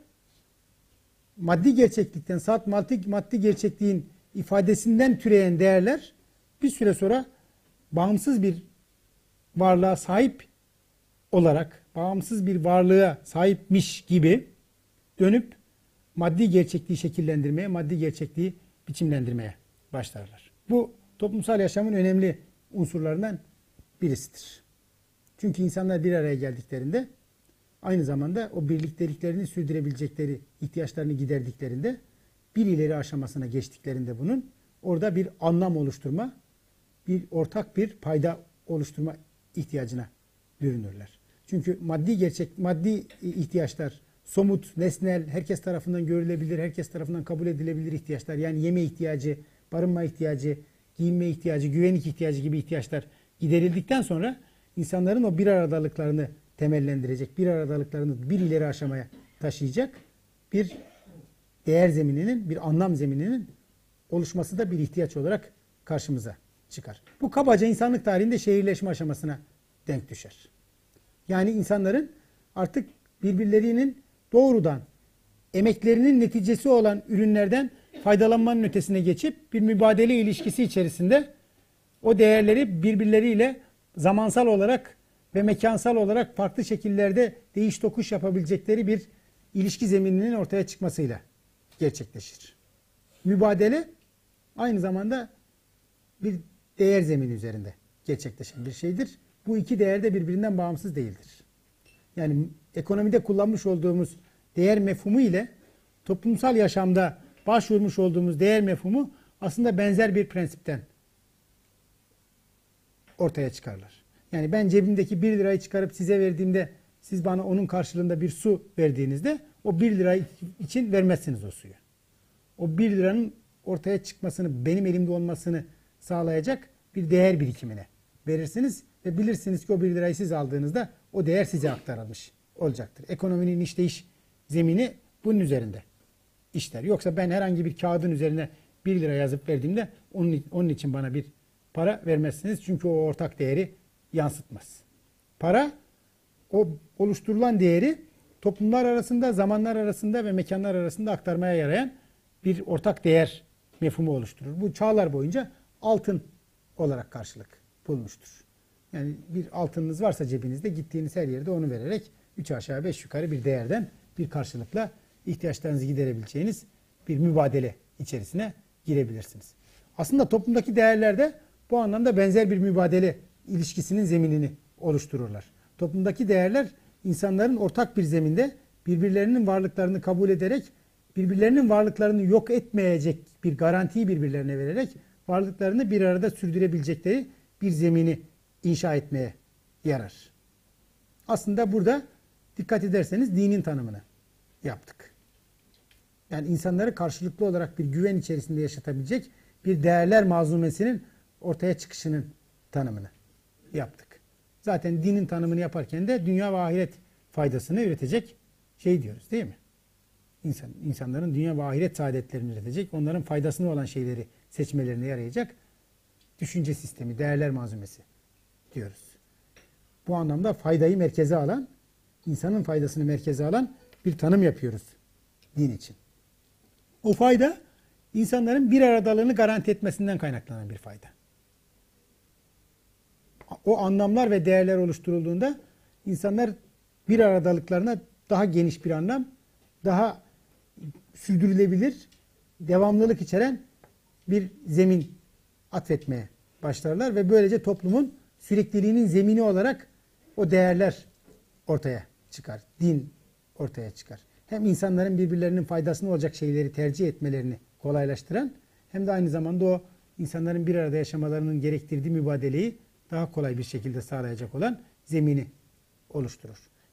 maddi gerçeklikten, saat maddi, maddi gerçekliğin ifadesinden türeyen değerler bir süre sonra bağımsız bir varlığa sahip olarak, bağımsız bir varlığa sahipmiş gibi dönüp maddi gerçekliği şekillendirmeye, maddi gerçekliği biçimlendirmeye başlarlar. Bu toplumsal yaşamın önemli unsurlarından birisidir. Çünkü insanlar bir araya geldiklerinde aynı zamanda o birlikteliklerini sürdürebilecekleri ihtiyaçlarını giderdiklerinde bir ileri aşamasına geçtiklerinde bunun orada bir anlam oluşturma, bir ortak bir payda oluşturma ihtiyacına bürünürler. Çünkü maddi gerçek, maddi ihtiyaçlar, somut, nesnel, herkes tarafından görülebilir, herkes tarafından kabul edilebilir ihtiyaçlar. Yani yeme ihtiyacı, barınma ihtiyacı, giyinme ihtiyacı, güvenlik ihtiyacı gibi ihtiyaçlar giderildikten sonra insanların o bir aradalıklarını temellendirecek, bir aradalıklarını bir ileri aşamaya taşıyacak bir değer zemininin, bir anlam zemininin oluşması da bir ihtiyaç olarak karşımıza çıkar. Bu kabaca insanlık tarihinde şehirleşme aşamasına denk düşer. Yani insanların artık birbirlerinin doğrudan emeklerinin neticesi olan ürünlerden faydalanmanın ötesine geçip bir mübadele ilişkisi içerisinde o değerleri birbirleriyle zamansal olarak ve mekansal olarak farklı şekillerde değiş tokuş yapabilecekleri bir ilişki zemininin ortaya çıkmasıyla gerçekleşir. Mübadele aynı zamanda bir değer zemini üzerinde gerçekleşen bir şeydir. Bu iki değer de birbirinden bağımsız değildir. Yani ekonomide kullanmış olduğumuz değer mefhumu ile toplumsal yaşamda başvurmuş olduğumuz değer mefhumu aslında benzer bir prensipten ortaya çıkarlar. Yani ben cebimdeki bir lirayı çıkarıp size verdiğimde siz bana onun karşılığında bir su verdiğinizde o bir lira için vermezsiniz o suyu. O bir liranın ortaya çıkmasını, benim elimde olmasını sağlayacak bir değer birikimine verirsiniz ve bilirsiniz ki o bir lirayı siz aldığınızda o değer size aktarılmış olacaktır. Ekonominin işleyiş zemini bunun üzerinde işler. Yoksa ben herhangi bir kağıdın üzerine bir lira yazıp verdiğimde onun, onun için bana bir para vermezsiniz. Çünkü o ortak değeri yansıtmaz. Para o oluşturulan değeri toplumlar arasında, zamanlar arasında ve mekanlar arasında aktarmaya yarayan bir ortak değer mefhumu oluşturur. Bu çağlar boyunca altın olarak karşılık bulmuştur. Yani bir altınınız varsa cebinizde gittiğiniz her yerde onu vererek üç aşağı beş yukarı bir değerden bir karşılıkla ihtiyaçlarınızı giderebileceğiniz bir mübadele içerisine girebilirsiniz. Aslında toplumdaki değerler de bu anlamda benzer bir mübadele ilişkisinin zeminini oluştururlar. Toplumdaki değerler insanların ortak bir zeminde birbirlerinin varlıklarını kabul ederek birbirlerinin varlıklarını yok etmeyecek bir garantiyi birbirlerine vererek varlıklarını bir arada sürdürebilecekleri bir zemini inşa etmeye yarar. Aslında burada dikkat ederseniz dinin tanımını yaptık. Yani insanları karşılıklı olarak bir güven içerisinde yaşatabilecek bir değerler malzumesinin ortaya çıkışının tanımını yaptık. Zaten dinin tanımını yaparken de dünya ve ahiret faydasını üretecek şey diyoruz değil mi? İnsan, insanların dünya ve ahiret saadetlerini üretecek, onların faydasını olan şeyleri seçmelerine yarayacak düşünce sistemi, değerler malzumesi diyoruz. Bu anlamda faydayı merkeze alan, insanın faydasını merkeze alan bir tanım yapıyoruz din için. O fayda insanların bir aradalığını garanti etmesinden kaynaklanan bir fayda. O anlamlar ve değerler oluşturulduğunda insanlar bir aradalıklarına daha geniş bir anlam, daha sürdürülebilir, devamlılık içeren bir zemin atfetmeye başlarlar ve böylece toplumun sürekliliğinin zemini olarak o değerler ortaya çıkar. Din ortaya çıkar. Hem insanların birbirlerinin faydasına olacak şeyleri tercih etmelerini kolaylaştıran hem de aynı zamanda o insanların bir arada yaşamalarının gerektirdiği mübadeleyi daha kolay bir şekilde sağlayacak olan zemini oluşturur.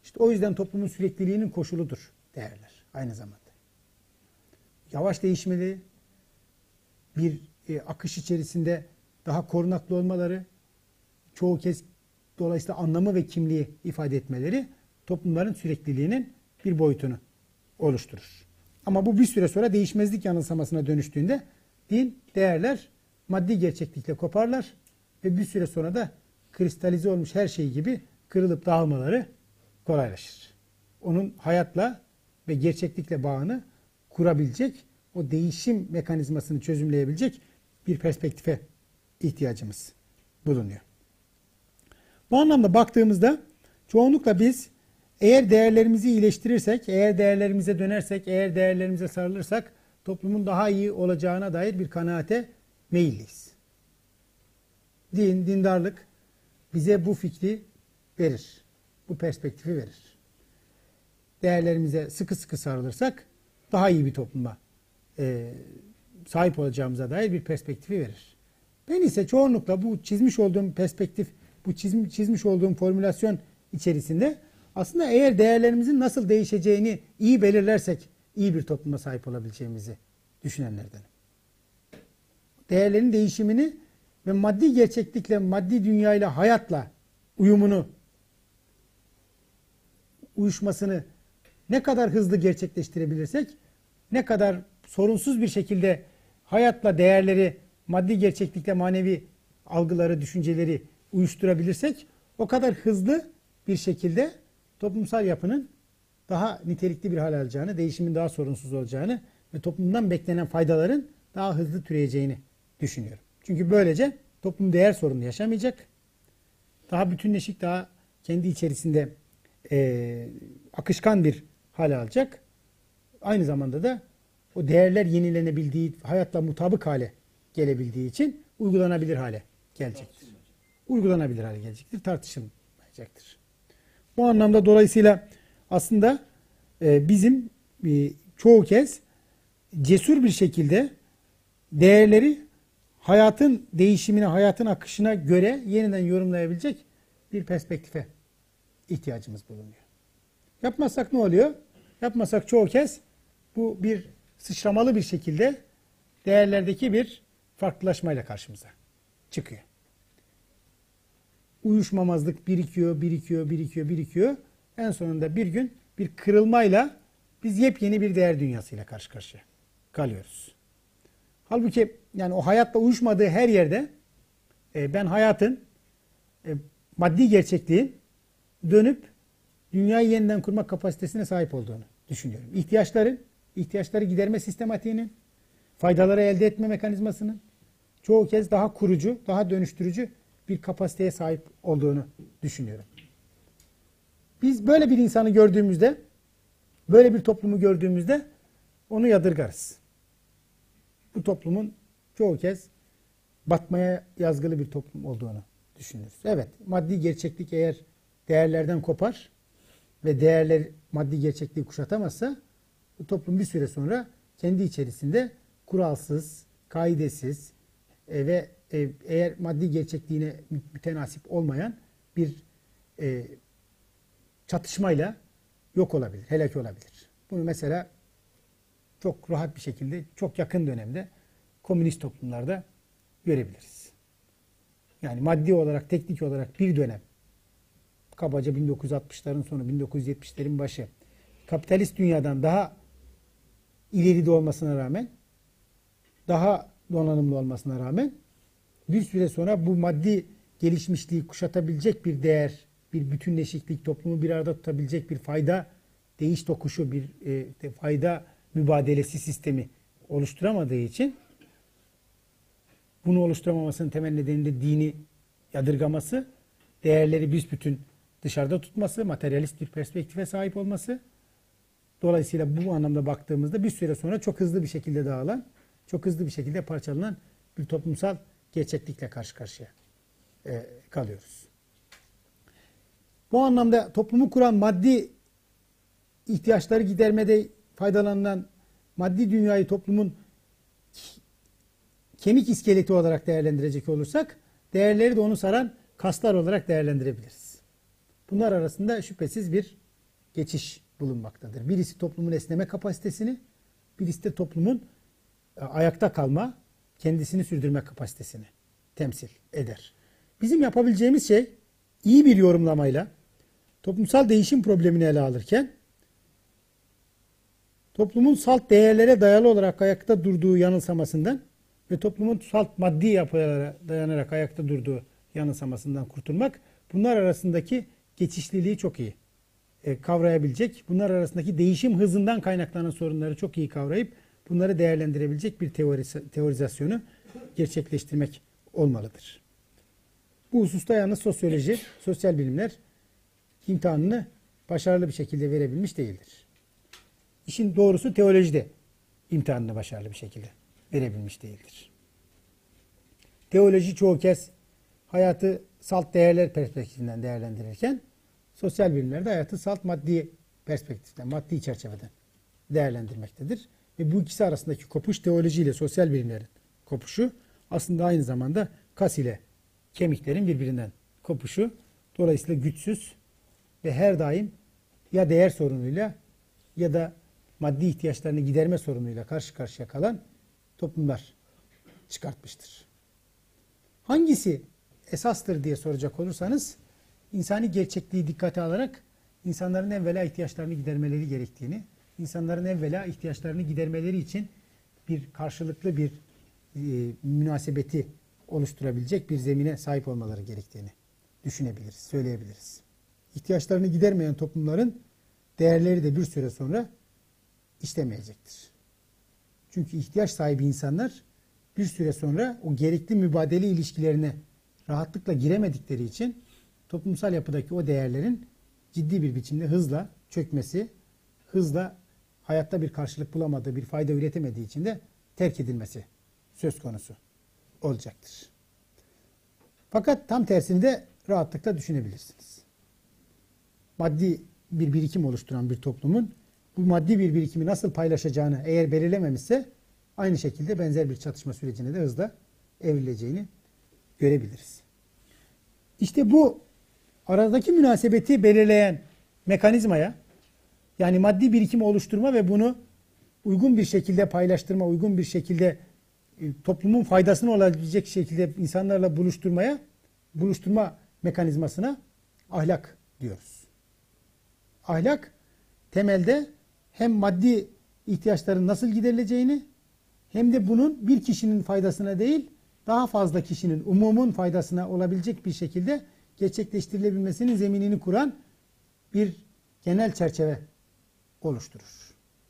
İşte o yüzden toplumun sürekliliğinin koşuludur değerler aynı zamanda. Yavaş değişmeli, bir e, akış içerisinde daha korunaklı olmaları, çoğu kez dolayısıyla anlamı ve kimliği ifade etmeleri toplumların sürekliliğinin bir boyutunu oluşturur. Ama bu bir süre sonra değişmezlik yanılsamasına dönüştüğünde din, değerler maddi gerçeklikle koparlar ve bir süre sonra da kristalize olmuş her şey gibi kırılıp dağılmaları kolaylaşır. Onun hayatla ve gerçeklikle bağını kurabilecek, o değişim mekanizmasını çözümleyebilecek bir perspektife ihtiyacımız bulunuyor. Bu anlamda baktığımızda çoğunlukla biz eğer değerlerimizi iyileştirirsek, eğer değerlerimize dönersek, eğer değerlerimize sarılırsak toplumun daha iyi olacağına dair bir kanaate meyilliyiz. Din, dindarlık bize bu fikri verir. Bu perspektifi verir. Değerlerimize sıkı sıkı sarılırsak daha iyi bir topluma e, sahip olacağımıza dair bir perspektifi verir. Ben ise çoğunlukla bu çizmiş olduğum perspektif, bu çizmiş, çizmiş olduğum formülasyon içerisinde aslında eğer değerlerimizin nasıl değişeceğini iyi belirlersek iyi bir topluma sahip olabileceğimizi düşünenlerdenim. Değerlerin değişimini ve maddi gerçeklikle, maddi dünyayla, hayatla uyumunu, uyuşmasını ne kadar hızlı gerçekleştirebilirsek, ne kadar sorunsuz bir şekilde hayatla değerleri, maddi gerçeklikle manevi algıları, düşünceleri uyuşturabilirsek, o kadar hızlı bir şekilde toplumsal yapının daha nitelikli bir hal alacağını, değişimin daha sorunsuz olacağını ve toplumdan beklenen faydaların daha hızlı türeyeceğini düşünüyorum. Çünkü böylece toplum değer sorunu yaşamayacak, daha bütünleşik, daha kendi içerisinde e, akışkan bir hal alacak. Aynı zamanda da o değerler yenilenebildiği, hayatla mutabık hale gelebildiği için uygulanabilir hale gelecektir. Uygulanabilir hale gelecektir, tartışılmayacaktır. Bu anlamda dolayısıyla aslında e, bizim e, çoğu kez cesur bir şekilde değerleri hayatın değişimine, hayatın akışına göre yeniden yorumlayabilecek bir perspektife ihtiyacımız bulunuyor. Yapmazsak ne oluyor? Yapmazsak çoğu kez bu bir sıçramalı bir şekilde değerlerdeki bir farklılaşmayla karşımıza çıkıyor. Uyuşmamazlık birikiyor, birikiyor, birikiyor, birikiyor. En sonunda bir gün bir kırılmayla biz yepyeni bir değer dünyasıyla karşı karşıya kalıyoruz. Halbuki yani o hayatla uyuşmadığı her yerde e, ben hayatın e, maddi gerçekliğin dönüp dünyayı yeniden kurma kapasitesine sahip olduğunu düşünüyorum. İhtiyaçların, ihtiyaçları giderme sistematiğinin, faydaları elde etme mekanizmasının çoğu kez daha kurucu, daha dönüştürücü bir kapasiteye sahip olduğunu düşünüyorum. Biz böyle bir insanı gördüğümüzde, böyle bir toplumu gördüğümüzde onu yadırgarız. Bu toplumun çoğu kez batmaya yazgılı bir toplum olduğunu düşünürüz. Evet, maddi gerçeklik eğer değerlerden kopar ve değerler maddi gerçekliği kuşatamazsa bu toplum bir süre sonra kendi içerisinde kuralsız, kaidesiz e, ve e, eğer maddi gerçekliğine mütenasip olmayan bir e, çatışmayla yok olabilir, helak olabilir. Bunu mesela çok rahat bir şekilde, çok yakın dönemde komünist toplumlarda görebiliriz. Yani maddi olarak, teknik olarak bir dönem, kabaca bin dokuz yüz altmışların sonu, bin dokuz yüz yetmişlerin başı, kapitalist dünyadan daha ileride olmasına rağmen, daha donanımlı olmasına rağmen, bir süre sonra bu maddi gelişmişliği kuşatabilecek bir değer, bir bütünleşiklik, toplumu bir arada tutabilecek bir fayda, değiş tokuşu, bir e, fayda mübadelesi sistemi oluşturamadığı için, bunu oluşturamamasının temel nedeni de dini yadırgaması, değerleri büsbütün dışarıda tutması, materyalist bir perspektife sahip olması. Dolayısıyla bu anlamda baktığımızda bir süre sonra çok hızlı bir şekilde dağılan, çok hızlı bir şekilde parçalanan bir toplumsal gerçeklikle karşı karşıya e, kalıyoruz. Bu anlamda toplumu kuran maddi ihtiyaçları gidermede faydalanılan maddi dünyayı toplumun kemik iskeleti olarak değerlendirecek olursak, değerleri de onu saran kaslar olarak değerlendirebiliriz. Bunlar arasında şüphesiz bir geçiş bulunmaktadır. Birisi toplumun esneme kapasitesini, birisi de toplumun ayakta kalma, kendisini sürdürme kapasitesini temsil eder. Bizim yapabileceğimiz şey iyi bir yorumlamayla toplumsal değişim problemini ele alırken toplumun salt değerlere dayalı olarak ayakta durduğu yanılsamasından ve toplumun salt maddi yapılara dayanarak ayakta durduğu yanılsamasından kurtulmak, bunlar arasındaki geçişliliği çok iyi e, kavrayabilecek, bunlar arasındaki değişim hızından kaynaklanan sorunları çok iyi kavrayıp bunları değerlendirebilecek bir teori, teorizasyonu gerçekleştirmek olmalıdır. Bu hususta yalnız sosyoloji, sosyal bilimler imtihanını başarılı bir şekilde verebilmiş değildir. İşin doğrusu teolojide imtihanını başarılı bir şekilde verebilmiş değildir. Teoloji çoğu kez hayatı salt değerler perspektifinden değerlendirirken sosyal bilimlerde hayatı salt maddi perspektiften, maddi çerçeveden değerlendirmektedir. Ve bu ikisi arasındaki kopuş, teoloji ile sosyal bilimlerin kopuşu aslında aynı zamanda kas ile kemiklerin birbirinden kopuşu. Dolayısıyla güçsüz ve her daim ya değer sorunuyla ya da maddi ihtiyaçlarını giderme sorunuyla karşı karşıya kalan toplumlar çıkartmıştır. Hangisi esastır diye soracak olursanız, insani gerçekliği dikkate alarak insanların evvela ihtiyaçlarını gidermeleri gerektiğini, insanların evvela ihtiyaçlarını gidermeleri için bir karşılıklı bir e, münasebeti oluşturabilecek bir zemine sahip olmaları gerektiğini düşünebiliriz, söyleyebiliriz. İhtiyaçlarını gidermeyen toplumların değerleri de bir süre sonra işlemeyecektir. Çünkü ihtiyaç sahibi insanlar bir süre sonra o gerekli mübadele ilişkilerine rahatlıkla giremedikleri için toplumsal yapıdaki o değerlerin ciddi bir biçimde hızla çökmesi, hızla hayatta bir karşılık bulamadığı, bir fayda üretemediği için de terk edilmesi söz konusu olacaktır. Fakat tam tersini de rahatlıkla düşünebilirsiniz. Maddi bir birikim oluşturan bir toplumun bu maddi bir birikimi nasıl paylaşacağını eğer belirlememişse aynı şekilde benzer bir çatışma sürecine de hızla evrileceğini görebiliriz. İşte bu aradaki münasebeti belirleyen mekanizmaya, yani maddi birikimi oluşturma ve bunu uygun bir şekilde paylaştırma, uygun bir şekilde toplumun faydasına olabilecek şekilde insanlarla buluşturmaya, buluşturma mekanizmasına ahlak diyoruz. Ahlak temelde hem maddi ihtiyaçların nasıl giderileceğini hem de bunun bir kişinin faydasına değil, daha fazla kişinin, umumun faydasına olabilecek bir şekilde gerçekleştirilebilmesinin zeminini kuran bir genel çerçeve oluşturur.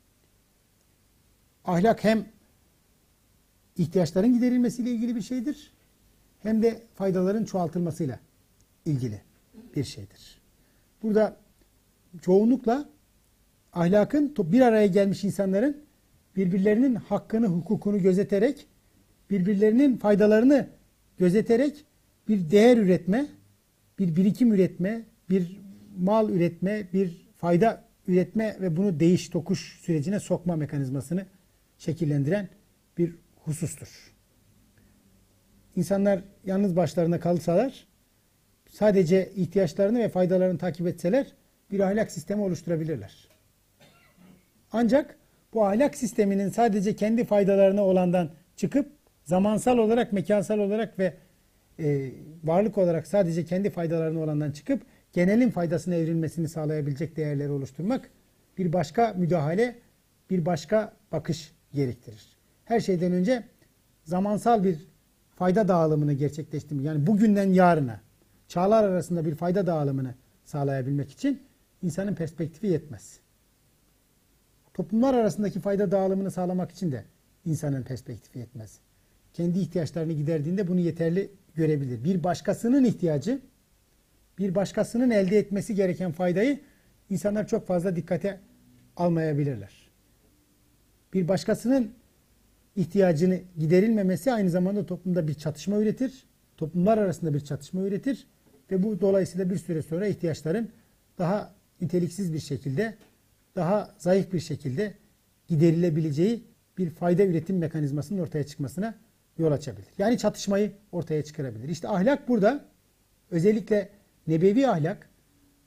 Ahlak hem ihtiyaçların giderilmesiyle ilgili bir şeydir, hem de faydaların çoğaltılmasıyla ilgili bir şeydir. Burada çoğunlukla ahlakın bir araya gelmiş insanların birbirlerinin hakkını, hukukunu gözeterek, birbirlerinin faydalarını gözeterek bir değer üretme, bir birikim üretme, bir mal üretme, bir fayda üretme ve bunu değiş tokuş sürecine sokma mekanizmasını şekillendiren bir husustur. İnsanlar yalnız başlarına kalsalar, sadece ihtiyaçlarını ve faydalarını takip etseler bir ahlak sistemi oluşturabilirler. Ancak bu ahlak sisteminin sadece kendi faydalarına olandan çıkıp zamansal olarak, mekansal olarak ve e, varlık olarak sadece kendi faydalarına olandan çıkıp genelin faydasına evrilmesini sağlayabilecek değerleri oluşturmak bir başka müdahale, bir başka bakış gerektirir. Her şeyden önce zamansal bir fayda dağılımını gerçekleştirmek, yani bugünden yarına çağlar arasında bir fayda dağılımını sağlayabilmek için insanın perspektifi yetmez. Toplumlar arasındaki fayda dağılımını sağlamak için de insanın perspektifi yetmez. Kendi ihtiyaçlarını giderdiğinde bunu yeterli görebilir. Bir başkasının ihtiyacı, bir başkasının elde etmesi gereken faydayı insanlar çok fazla dikkate almayabilirler. Bir başkasının ihtiyacını giderilmemesi aynı zamanda toplumda bir çatışma üretir. Toplumlar arasında bir çatışma üretir ve bu dolayısıyla bir süre sonra ihtiyaçların daha niteliksiz bir şekilde, daha zayıf bir şekilde giderilebileceği bir fayda üretim mekanizmasının ortaya çıkmasına yol açabilir. Yani çatışmayı ortaya çıkarabilir. İşte ahlak burada, özellikle nebevi ahlak,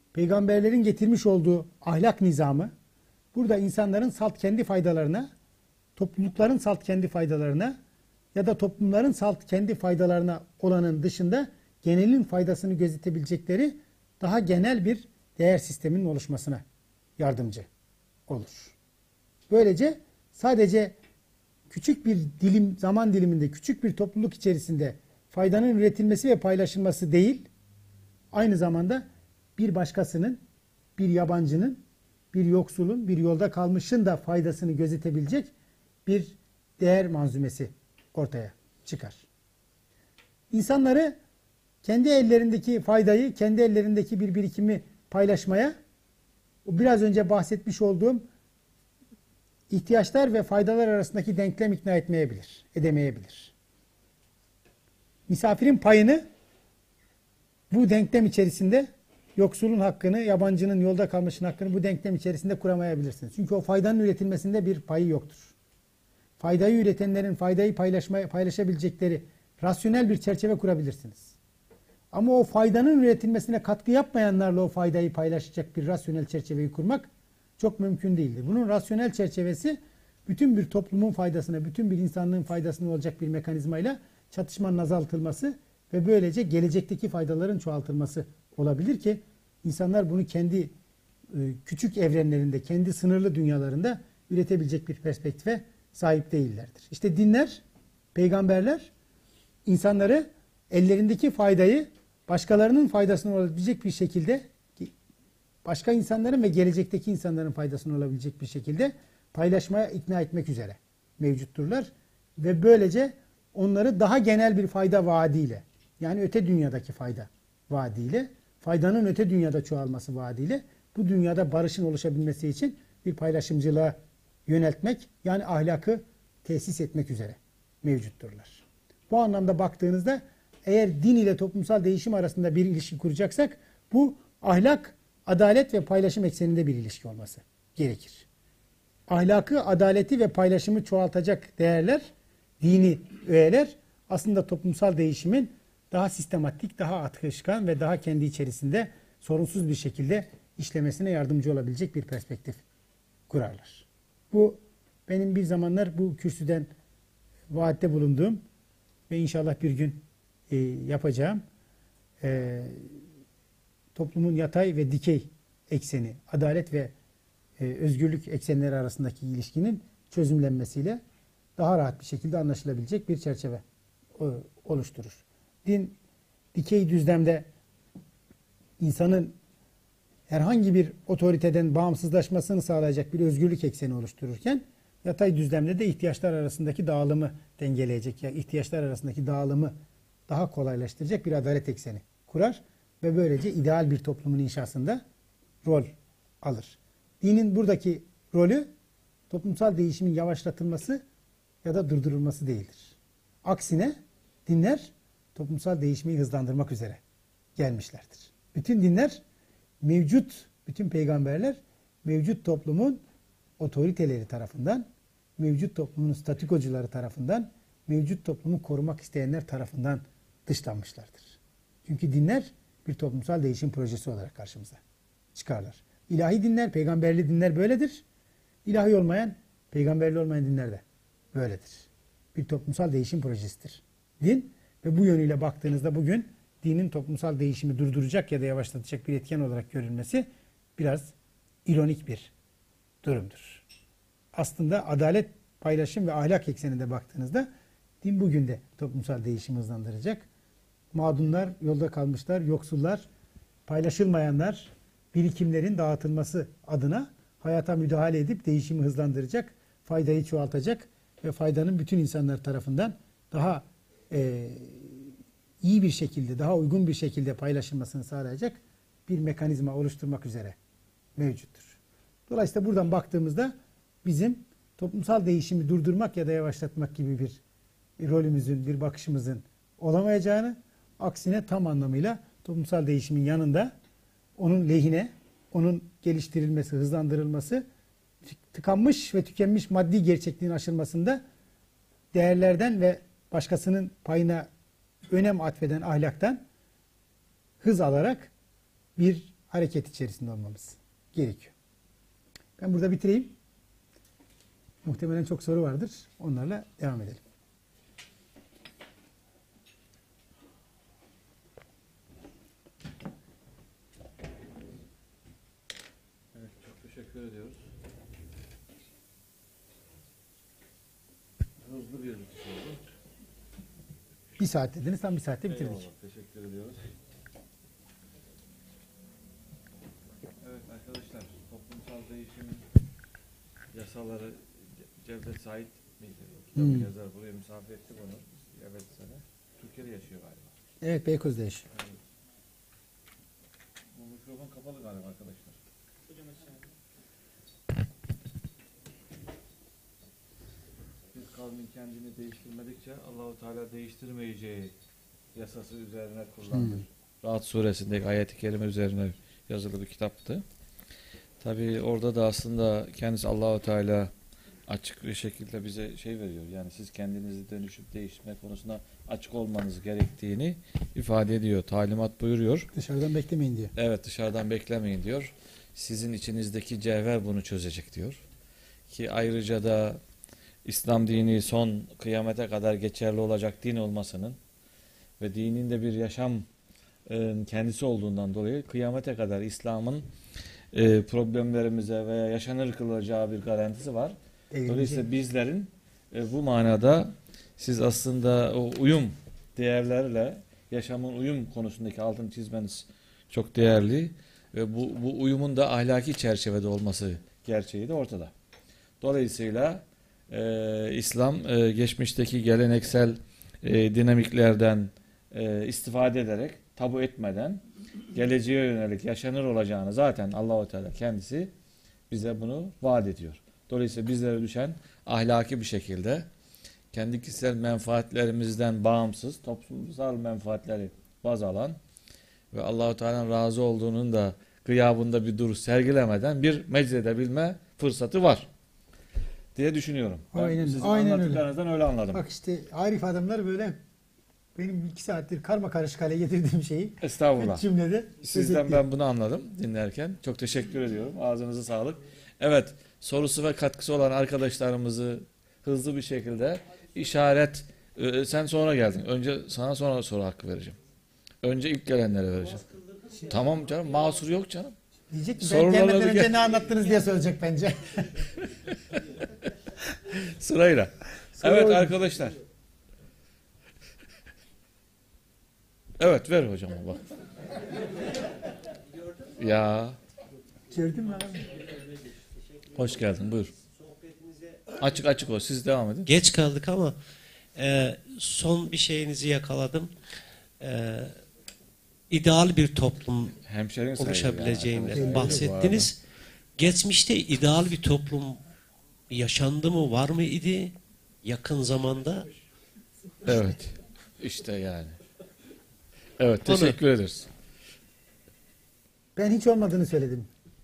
peygamberlerin getirmiş olduğu ahlak nizamı burada insanların salt kendi faydalarına, toplulukların salt kendi faydalarına ya da toplumların salt kendi faydalarına olanın dışında genelin faydasını gözetebilecekleri daha genel bir değer sisteminin oluşmasına yardımcı olur. Böylece sadece küçük bir dilim, zaman diliminde, küçük bir topluluk içerisinde faydanın üretilmesi ve paylaşılması değil, aynı zamanda bir başkasının, bir yabancının, bir yoksulun, bir yolda kalmışın da faydasını gözetebilecek bir değer manzumesi ortaya çıkar. İnsanları kendi ellerindeki faydayı, kendi ellerindeki bir birikimi paylaşmaya, o biraz önce bahsetmiş olduğum ihtiyaçlar ve faydalar arasındaki denklem ikna etmeyebilir, edemeyebilir. Misafirin payını bu denklem içerisinde, yoksulun hakkını, yabancının, yolda kalmışın hakkını bu denklem içerisinde kuramayabilirsiniz. Çünkü o faydanın üretilmesinde bir payı yoktur. Faydayı üretenlerin faydayı paylaşmaya, paylaşabilecekleri rasyonel bir çerçeve kurabilirsiniz. Ama o faydanın üretilmesine katkı yapmayanlarla o faydayı paylaşacak bir rasyonel çerçeveyi kurmak çok mümkün değildir. Bunun rasyonel çerçevesi bütün bir toplumun faydasına, bütün bir insanlığın faydasına olacak bir mekanizmayla çatışmanın azaltılması ve böylece gelecekteki faydaların çoğaltılması olabilir ki insanlar bunu kendi küçük evrenlerinde, kendi sınırlı dünyalarında üretebilecek bir perspektife sahip değillerdir. İşte dinler, peygamberler insanları ellerindeki faydayı başkalarının faydasına olabilecek bir şekilde, başka insanların ve gelecekteki insanların faydasına olabilecek bir şekilde paylaşmaya ikna etmek üzere mevcutturlar. Ve böylece onları daha genel bir fayda vaadiyle, yani öte dünyadaki fayda vaadiyle, faydanın öte dünyada çoğalması vaadiyle bu dünyada barışın oluşabilmesi için bir paylaşımcılığa yöneltmek, yani ahlakı tesis etmek üzere mevcutturlar. Bu anlamda baktığınızda eğer din ile toplumsal değişim arasında bir ilişki kuracaksak bu ahlak, adalet ve paylaşım ekseninde bir ilişki olması gerekir. Ahlakı, adaleti ve paylaşımı çoğaltacak değerler, dini öğeler aslında toplumsal değişimin daha sistematik, daha akışkan ve daha kendi içerisinde sorunsuz bir şekilde işlemesine yardımcı olabilecek bir perspektif kurarlar. Bu benim bir zamanlar bu kürsüden vaatte bulunduğum ve inşallah bir gün e, yapacağım e, toplumun yatay ve dikey ekseni, adalet ve e, özgürlük eksenleri arasındaki ilişkinin çözümlenmesiyle daha rahat bir şekilde anlaşılabilecek bir çerçeve o, oluşturur. Din dikey düzlemde insanın herhangi bir otoriteden bağımsızlaşmasını sağlayacak bir özgürlük ekseni oluştururken yatay düzlemde de ihtiyaçlar arasındaki dağılımı dengeleyecek, ya ihtiyaçlar arasındaki dağılımı daha kolaylaştıracak bir adalet ekseni kurar ve böylece ideal bir toplumun inşasında rol alır. Dinin buradaki rolü toplumsal değişimin yavaşlatılması ya da durdurulması değildir. Aksine dinler toplumsal değişimi hızlandırmak üzere gelmişlerdir. Bütün dinler mevcut, bütün peygamberler mevcut toplumun otoriteleri tarafından, mevcut toplumun statükocuları tarafından, mevcut toplumu korumak isteyenler tarafından dışlanmışlardır. Çünkü dinler bir toplumsal değişim projesi olarak karşımıza çıkarlar. İlahi dinler, peygamberli dinler böyledir. İlahi olmayan, peygamberli olmayan dinler de böyledir. Bir toplumsal değişim projesidir din ve bu yönüyle baktığınızda bugün dinin toplumsal değişimi durduracak ya da yavaşlatacak bir etken olarak görülmesi biraz ironik bir durumdur. Aslında adalet, paylaşım ve ahlak ekseninde baktığınızda din bugün de toplumsal değişimi hızlandıracak. Mağdumlar, yolda kalmışlar, yoksullar, paylaşılmayanlar, birikimlerin dağıtılması adına hayata müdahale edip değişimi hızlandıracak, faydayı çoğaltacak ve faydanın bütün insanlar tarafından daha e, iyi bir şekilde, daha uygun bir şekilde paylaşılmasını sağlayacak bir mekanizma oluşturmak üzere mevcuttur. Dolayısıyla buradan baktığımızda bizim toplumsal değişimi durdurmak ya da yavaşlatmak gibi bir rolümüzün, bir bakışımızın olamayacağını, aksine tam anlamıyla toplumsal değişimin yanında onun lehine, onun geliştirilmesi, hızlandırılması, tıkanmış ve tükenmiş maddi gerçekliğin aşılmasında değerlerden ve başkasının payına önem atfeden ahlaktan hız alarak bir hareket içerisinde olmamız gerekiyor. Ben burada bitireyim. Muhtemelen çok soru vardır. Onlarla devam edelim. Evet, çok teşekkür ediyoruz. Hızlı bir bitiş oldu. Bir saat dediniz, tam bir saatte bitirdik. Eyvallah, teşekkür ediyoruz. Evet arkadaşlar, toplumsal değişim yasaları Cevdet Said miydi? Kitabı Hmm. yazar buraya misafir etti bunu. Evet sene. Türkiye'de yaşıyor galiba. Evet, Beykoz'da yaşıyor. Yani, bu mikrofon kapalı galiba arkadaşlar. Biz kavmin kendini değiştirmedikçe Allahu Teala değiştirmeyeceği yasası üzerine kullandı. Hmm. Rahat suresindeki ayet-i kerime üzerine yazılı bir kitaptı. Tabii orada da aslında kendisi Allahu Teala açık bir şekilde bize şey veriyor. Yani siz kendinizi dönüşüp değiştirme konusunda açık olmanız gerektiğini ifade ediyor. Talimat buyuruyor. Dışarıdan beklemeyin diyor. Evet, dışarıdan beklemeyin diyor. Sizin içinizdeki cevher bunu çözecek diyor. Ki ayrıca da İslam dini son kıyamete kadar geçerli olacak din olmasının ve dinin de bir yaşam e, kendisi olduğundan dolayı kıyamete kadar İslam'ın e, problemlerimize veya yaşanır kılacağı bir garantisi var. Evlenecek. Dolayısıyla bizlerin e, bu manada siz aslında o uyum değerlerle yaşamın uyum konusundaki altını çizmeniz çok değerli ve bu, bu uyumun da ahlaki çerçevede olması gerçeği de ortada. Dolayısıyla e, İslam e, geçmişteki geleneksel e, dinamiklerden e, istifade ederek, tabu etmeden geleceğe yönelik yaşanır olacağını zaten Allah-u Teala kendisi bize bunu vaat ediyor. Dolayısıyla bizlere düşen ahlaki bir şekilde kendi kişisel menfaatlerimizden bağımsız, toplumsal menfaatleri baz alan ve Allah-u Teala'nın razı olduğunun da gıyabında bir duruş sergilemeden bir meczedebilme fırsatı var diye düşünüyorum. Ben Aynen, sizin aynen anlattıklarınızdan öyle anladım. Bak işte arif adamlar böyle benim iki saattir karma karışık hale getirdiğim şeyi Estağfurullah. üç cümlede Sizden özetliyor. ben bunu anladım dinlerken. Çok teşekkür ediyorum. Ağzınıza sağlık. Evet, sorusu ve katkısı olan arkadaşlarımızı hızlı bir şekilde işaret e, sen sonra geldin. Önce sana sonra soru hakkı vereceğim. Önce ilk gelenlere vereceğim. Tamam canım, mahsur yok canım. Diyecek ki ben Sorularla gelmeden bir önce gel- ne anlattınız diye söyleyecek bence. Sırayla. Sonra Evet oyun. arkadaşlar. Evet ver hocam bak. Ya Gördün mü abi? hoş geldin buyur. Açık açık ol, siz devam edin. Geç kaldık ama e, son bir şeyinizi yakaladım. E, ideal bir toplum Hemşerin sayılır oluşabileceğinden yani. bahsettiniz. Geçmişte ideal bir toplum yaşandı mı, var mı idi? Yakın zamanda. Evet. İşte yani. Evet, Bunu- teşekkür ederiz. Ben hiç olmadığını söyledim.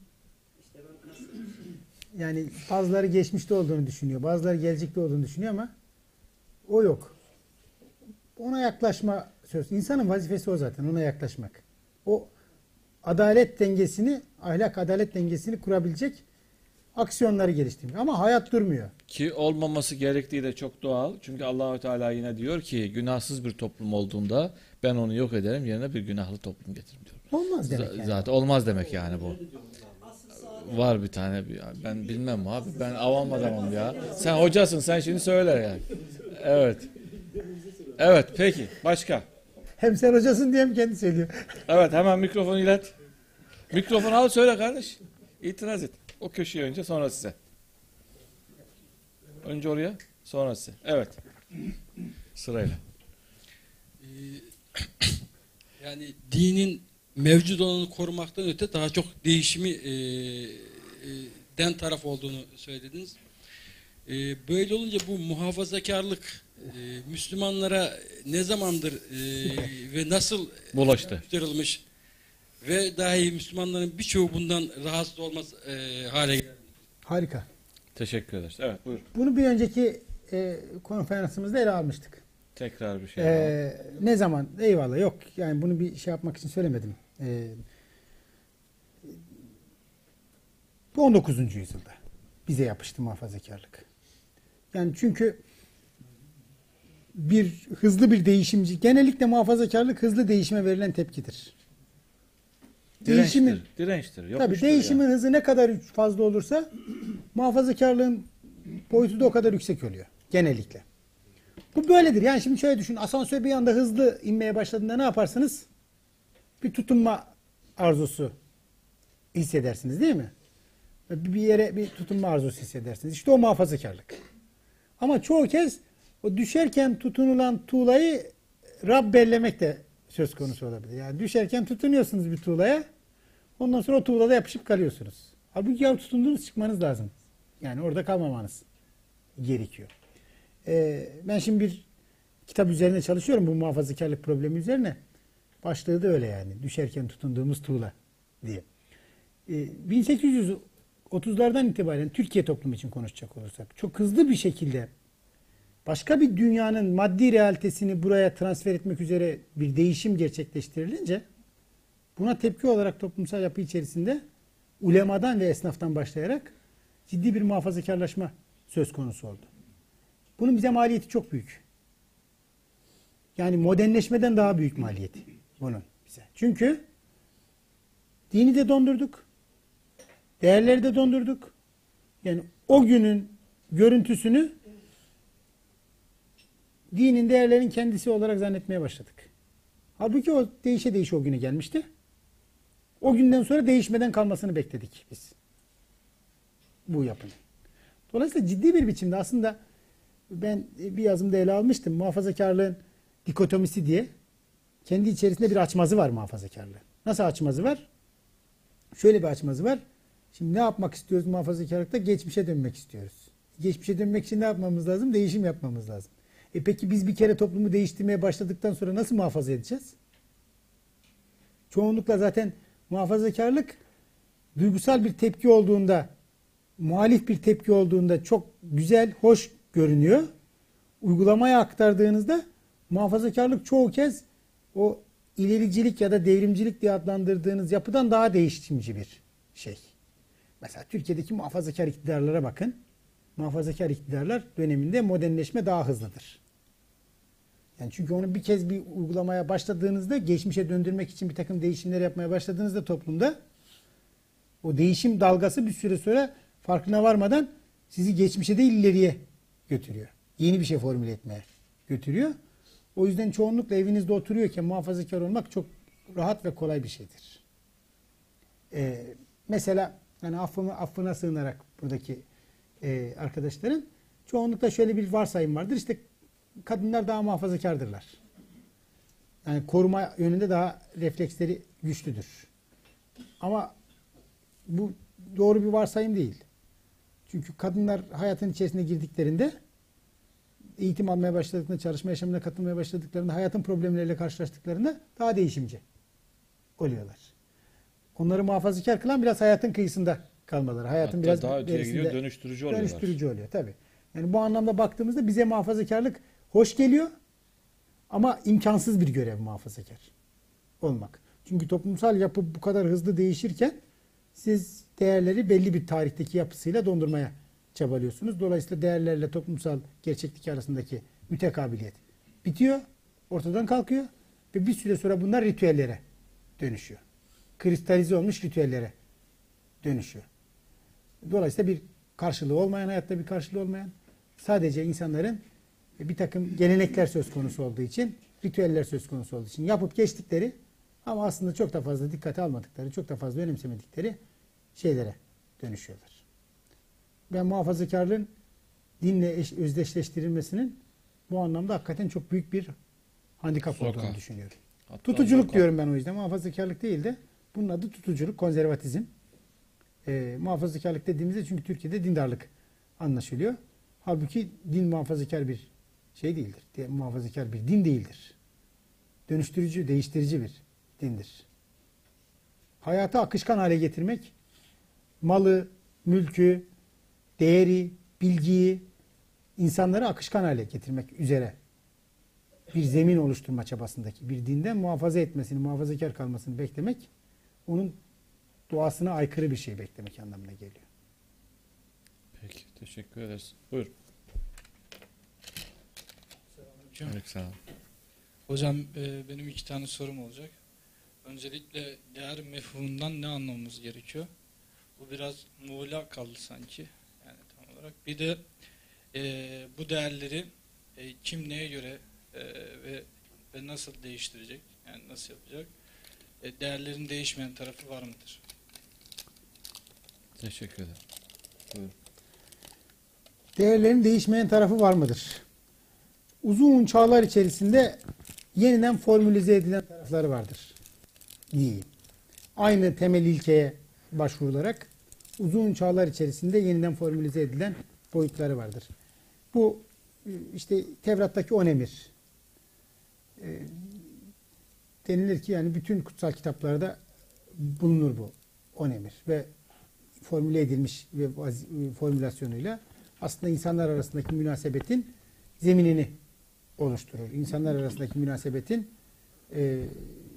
Yani bazıları geçmişte olduğunu düşünüyor. Bazıları gelecekte olduğunu düşünüyor ama o yok. Ona yaklaşma söz. İnsanın vazifesi o zaten. Ona yaklaşmak. O adalet dengesini, ahlak adalet dengesini kurabilecek aksiyonları geliştirmek. Ama hayat durmuyor. Ki olmaması gerektiği de çok doğal. Çünkü Allahu Teala yine diyor ki günahsız bir toplum olduğunda ben onu yok ederim, yerine bir günahlı toplum getiririm diyor. Olmaz demek Z- yani. Zaten olmaz demek yani bu. Var bir tane bir ben bilmem abi. Ben avam adamım ya. Sen hocasın, sen şimdi söyle yani. Evet. Evet, peki. Başka? Hem sen hocasın diye mi kendi söylüyor? Evet, hemen mikrofonu ilet. Mikrofonu al söyle kardeş. İtiraz et. O köşeye önce, sonra size. Önce oraya, sonra size. Evet. Sırayla. Ee, yani dinin mevcut olanı korumaktan öte daha çok değişimi e, e, den taraf olduğunu söylediniz. E, böyle olunca bu muhafazakarlık e, Müslümanlara ne zamandır e, ve nasıl Bulaştı. yaptırılmış ve dahi Müslümanların birçoğu bundan rahatsız olmaz e, hale geldi. Harika. Teşekkür ederiz. Evet, buyur. Bunu bir önceki e, konferansımızda ele almıştık. Tekrar bir şey yapalım. Ee, ne zaman? Eyvallah yok. Yani bunu bir şey yapmak için söylemedim. Ee, Bu on dokuzuncu yüzyılda bize yapıştı muhafazakarlık. Yani çünkü bir hızlı bir değişimci, genellikle muhafazakarlık hızlı değişime verilen tepkidir. Değişimin, Dirençtir. Dirençtir. tabii Yokmuştur değişimin yani. hızı ne kadar fazla olursa muhafazakarlığın boyutu da o kadar yüksek oluyor genellikle. Bu böyledir. Yani şimdi şöyle düşün. Asansör bir anda hızlı inmeye başladığında ne yaparsınız? Bir tutunma arzusu hissedersiniz değil mi? Bir yere bir tutunma arzusu hissedersiniz. İşte o muhafazakarlık. Ama çoğu kez o düşerken tutunulan tuğlayı Rab bellemek de söz konusu olabilir. Yani düşerken tutunuyorsunuz bir tuğlaya. Ondan sonra o tuğlada yapışıp kalıyorsunuz. Halbuki ya tutundunuz, çıkmanız lazım. Yani orada kalmamanız gerekiyor. Ee, ben şimdi bir kitap üzerine çalışıyorum, bu muhafazakarlık problemi üzerine. Başlığı da öyle yani. Düşerken tutunduğumuz tuğla diye. Ee, bin sekiz yüz otuzlardan itibaren Türkiye toplumu için konuşacak olursak çok hızlı bir şekilde başka bir dünyanın maddi realitesini buraya transfer etmek üzere bir değişim gerçekleştirilince buna tepki olarak toplumsal yapı içerisinde ulemadan ve esnaftan başlayarak ciddi bir muhafazakarlaşma söz konusu oldu. Bunun bize maliyeti çok büyük. Yani modernleşmeden daha büyük maliyeti bunun bize. Çünkü dini de dondurduk. Değerleri de dondurduk. Yani o günün görüntüsünü dinin, değerlerin kendisi olarak zannetmeye başladık. Halbuki o değişe değişe o güne gelmişti. O günden sonra değişmeden kalmasını bekledik biz. Bu yapının. Dolayısıyla ciddi bir biçimde aslında ben bir yazımda ele almıştım. Muhafazakarlığın dikotomisi diye. Kendi içerisinde bir açmazı var muhafazakarlığın. Nasıl açmazı var? Şöyle bir açmazı var. Şimdi ne yapmak istiyoruz muhafazakarlıkta? Geçmişe dönmek istiyoruz. Geçmişe dönmek için ne yapmamız lazım? Değişim yapmamız lazım. E peki biz bir kere toplumu değiştirmeye başladıktan sonra nasıl muhafaza edeceğiz? Çoğunlukla zaten muhafazakarlık duygusal bir tepki olduğunda, muhalif bir tepki olduğunda çok güzel, hoş görünüyor. Uygulamaya aktardığınızda muhafazakarlık çoğu kez o ilericilik ya da devrimcilik diye adlandırdığınız yapıdan daha değişimci bir şey. Mesela Türkiye'deki muhafazakar iktidarlara bakın. Muhafazakar iktidarlar döneminde modernleşme daha hızlıdır. Yani çünkü onu bir kez bir uygulamaya başladığınızda, geçmişe döndürmek için bir takım değişimler yapmaya başladığınızda toplumda o değişim dalgası bir süre sonra farkına varmadan sizi geçmişe değil ileriye götürüyor. Yeni bir şey formüle etmeye götürüyor. O yüzden çoğunlukla evinizde oturuyorken muhafazakar olmak çok rahat ve kolay bir şeydir. Ee, mesela yani affına, affına sığınarak buradaki e, arkadaşların çoğunlukla şöyle bir varsayım vardır. İşte kadınlar daha muhafazakardırlar. Yani koruma yönünde daha refleksleri güçlüdür. Ama bu doğru bir varsayım değil. Çünkü kadınlar hayatın içerisine girdiklerinde, eğitim almaya başladıklarında, çalışma yaşamına katılmaya başladıklarında, hayatın problemleriyle karşılaştıklarında daha değişimci oluyorlar. Onları muhafazakar kılan biraz hayatın kıyısında kalmaları. Hayatın Hatta biraz daha öteye gerisinde gidiyor, dönüştürücü oluyorlar. Dönüştürücü oluyor tabii. Yani bu anlamda baktığımızda bize muhafazakarlık hoş geliyor ama imkansız bir görev muhafazakar olmak. Çünkü toplumsal yapı bu kadar hızlı değişirken siz değerleri belli bir tarihteki yapısıyla dondurmaya çabalıyorsunuz. Dolayısıyla değerlerle toplumsal gerçeklik arasındaki mütekabiliyet bitiyor, ortadan kalkıyor ve bir süre sonra bunlar ritüellere dönüşüyor. Kristalize olmuş ritüellere dönüşüyor. Dolayısıyla bir karşılığı olmayan, hayatta bir karşılığı olmayan, sadece insanların bir takım gelenekler söz konusu olduğu için, ritüeller söz konusu olduğu için yapıp geçtikleri ama aslında çok da fazla dikkate almadıkları, çok da fazla önemsemedikleri şeylere dönüşüyorlar. Ben muhafazakarlığın dinle eş, özdeşleştirilmesinin bu anlamda hakikaten çok büyük bir handikap Soka. olduğunu düşünüyorum. Hatta Tutuculuk soka. diyorum ben o yüzden. Muhafazakarlık değil de bunun adı tutuculuk, konservatizm. E, muhafazakarlık dediğimizde çünkü Türkiye'de dindarlık anlaşılıyor. Halbuki din muhafazakar bir şey değildir. Diye, muhafazakar bir din değildir. Dönüştürücü, değiştirici bir dindir. Hayatı akışkan hale getirmek, malı, mülkü, değeri, bilgiyi, insanları akışkan hale getirmek üzere bir zemin oluşturma çabasındaki bir dinden muhafaza etmesini, muhafazakar kalmasını beklemek onun doğasına aykırı bir şey beklemek anlamına geliyor. Peki, teşekkür ederiz. Buyur. Hocam, Aleykümselam. hocam e, benim iki tane sorum olacak. Öncelikle değer mefhumundan ne anlamamız gerekiyor? Bu biraz muğlak kaldı sanki. Yani tam olarak. Bir de e, bu değerleri e, kim neye göre e, ve ve nasıl değiştirecek? Yani nasıl yapacak? E, değerlerin değişmeyen tarafı var mıdır? Teşekkür ederim. Buyur. Değerlerin değişmeyen tarafı var mıdır? Uzun çağlar içerisinde yeniden formülize edilen tarafları vardır diyeyim. Aynı temel ilkeye başvurularak uzun çağlar içerisinde yeniden formülize edilen boyutları vardır. Bu işte Tevrat'taki on emir. E, denilir ki yani bütün kutsal kitaplarda bulunur bu on emir ve formüle edilmiş ve formülasyonuyla aslında insanlar arasındaki münasebetin zeminini oluşturur. İnsanlar arasındaki münasebetin e,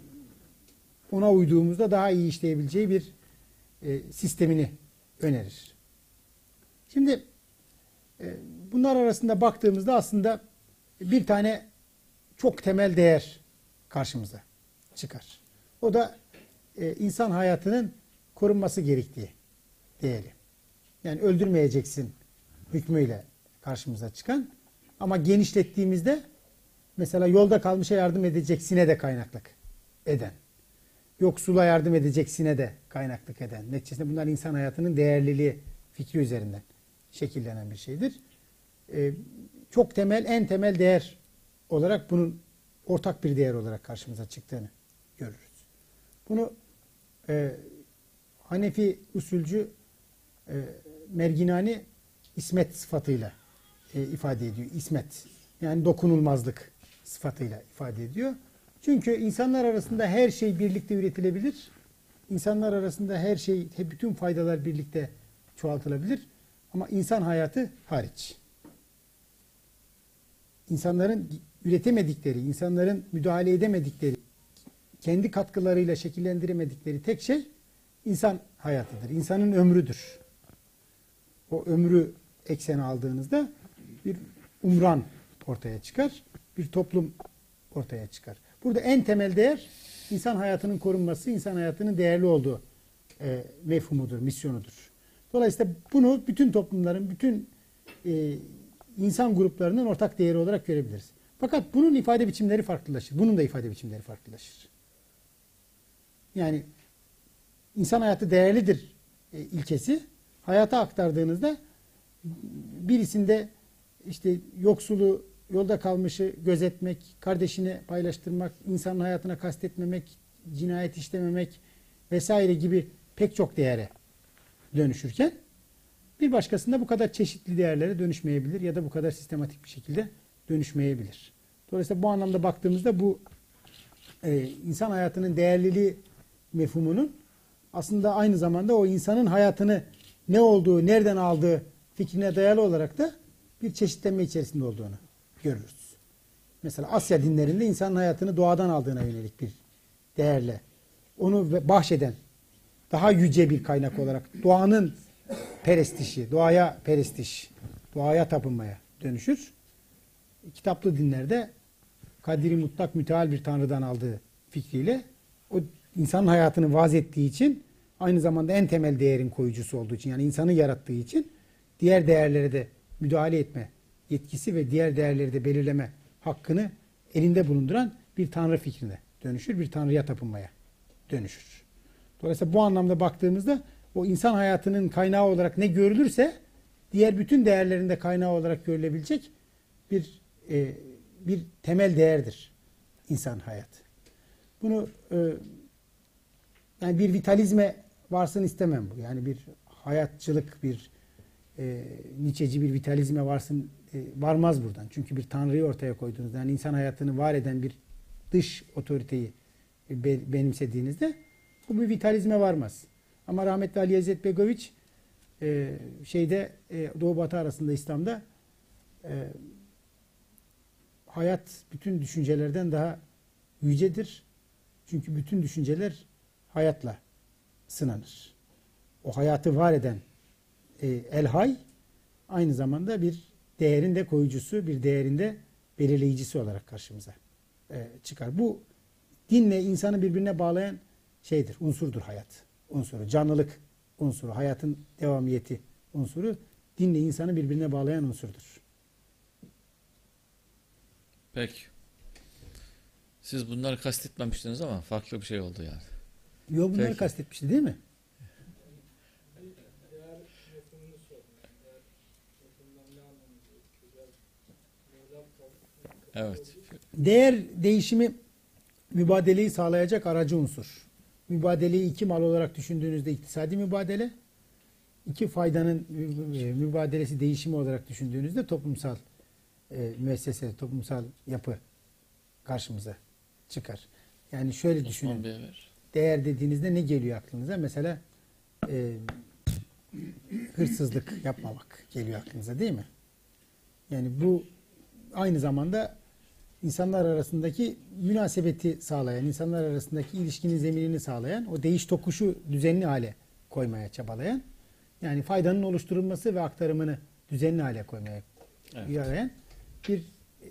ona uyduğumuzda daha iyi işleyebileceği bir e, sistemini önerir. Şimdi e, bunlar arasında baktığımızda aslında bir tane çok temel değer karşımıza çıkar. O da e, insan hayatının korunması gerektiği değeri. Yani öldürmeyeceksin hükmüyle karşımıza çıkan ama genişlettiğimizde mesela yolda kalmışa yardım edeceksine de kaynaklık eden, yoksula yardım edeceksine de kaynaklık eden. Neticesinde bunlar insan hayatının değerliliği fikri üzerinden şekillenen bir şeydir. Ee, çok temel, en temel değer olarak bunun ortak bir değer olarak karşımıza çıktığını görürüz. Bunu e, Hanefi usulcü e, Merginani ismet sıfatıyla e, ifade ediyor. İsmet yani dokunulmazlık sıfatıyla ifade ediyor. Çünkü insanlar arasında her şey birlikte üretilebilir. İnsanlar arasında her şey, bütün faydalar birlikte çoğaltılabilir. Ama insan hayatı hariç. İnsanların üretemedikleri, insanların müdahale edemedikleri, kendi katkılarıyla şekillendiremedikleri tek şey insan hayatıdır. İnsanın ömrüdür. O ömrü ekseni aldığınızda bir umran ortaya çıkar. Bir toplum ortaya çıkar. Burada en temel değer insan hayatının korunması, insan hayatının değerli olduğu e, mefhumudur, misyonudur. Dolayısıyla bunu bütün toplumların, bütün e, insan gruplarının ortak değeri olarak görebiliriz. Fakat bunun ifade biçimleri farklılaşır. Bunun da ifade biçimleri farklılaşır. Yani insan hayatı değerlidir e, ilkesi hayata aktardığınızda birisinde işte yoksulu, yolda kalmışı gözetmek, kardeşine paylaştırmak, insanın hayatına kastetmemek, cinayet işlememek vesaire gibi pek çok değere dönüşürken bir başkasında bu kadar çeşitli değerlere dönüşmeyebilir ya da bu kadar sistematik bir şekilde dönüşmeyebilir. Dolayısıyla bu anlamda baktığımızda bu e, insan hayatının değerliliği mefhumunun aslında aynı zamanda o insanın hayatını ne olduğu, nereden aldığı fikrine dayalı olarak da bir çeşitlenme içerisinde olduğunu görürüz. Mesela Asya dinlerinde insanın hayatını doğadan aldığına yönelik bir değerle onu bahşeden daha yüce bir kaynak olarak doğanın perestişi, doğaya perestiş, doğaya tapınmaya dönüşür. Kitaplı dinlerde kadiri mutlak müteal bir tanrıdan aldığı fikriyle o insanın hayatını vaz ettiği için aynı zamanda en temel değerin koyucusu olduğu için yani insanı yarattığı için diğer değerlere de müdahale etme yetkisi ve diğer değerleri de belirleme hakkını elinde bulunduran bir tanrı fikrine dönüşür. Bir tanrıya tapınmaya dönüşür. Dolayısıyla bu anlamda baktığımızda o insan hayatının kaynağı olarak ne görülürse diğer bütün değerlerin de kaynağı olarak görülebilecek bir e, bir temel değerdir insan hayatı. Bunu e, yani bir vitalizme varsın istemem bu. Yani bir hayatçılık, bir e, Nietzscheci bir vitalizme varsın e, varmaz buradan. Çünkü bir tanrıyı ortaya koyduğunuzda yani insan hayatını var eden bir dış otoriteyi e, be, benimsediğinizde bu bir vitalizme varmaz. Ama rahmetli Ali İzzet Begoviç e, şeyde e, Doğu Batı arasında İslam'da e, hayat bütün düşüncelerden daha yücedir. Çünkü bütün düşünceler hayatla sınanır. O hayatı var eden e, el-hay aynı zamanda bir değerin de koyucusu, bir değerin de belirleyicisi olarak karşımıza e, çıkar. Bu dinle insanı birbirine bağlayan şeydir, unsurdur hayat unsuru, canlılık unsuru, hayatın devamiyeti unsuru, dinle insanı birbirine bağlayan unsurdur. Peki. Siz bunları kastetmemiştiniz ama farklı bir şey oldu yani. Yo, bunları Peki. kastetmişti değil mi? Değer mefhumunu sordum. Değer mefhumundan ne anlamı gerekiyor? Muğlak kaldı. Evet. Değer değişimi mübadeleyi sağlayacak aracı unsur. Mübadeleyi iki mal olarak düşündüğünüzde iktisadi mübadele, iki faydanın mü- mübadelesi değişimi olarak düşündüğünüzde toplumsal e, müessese, toplumsal yapı karşımıza çıkar. Yani şöyle Osman düşünün. Bey'e ver. Değer dediğinizde ne geliyor aklınıza? Mesela e, hırsızlık yapmamak geliyor aklınıza değil mi? Yani bu aynı zamanda insanlar arasındaki münasebeti sağlayan, insanlar arasındaki ilişkinin zeminini sağlayan, o değiş tokuşu düzenli hale koymaya çabalayan, yani faydanın oluşturulması ve aktarımını düzenli hale koymaya Evet. yarayan bir e,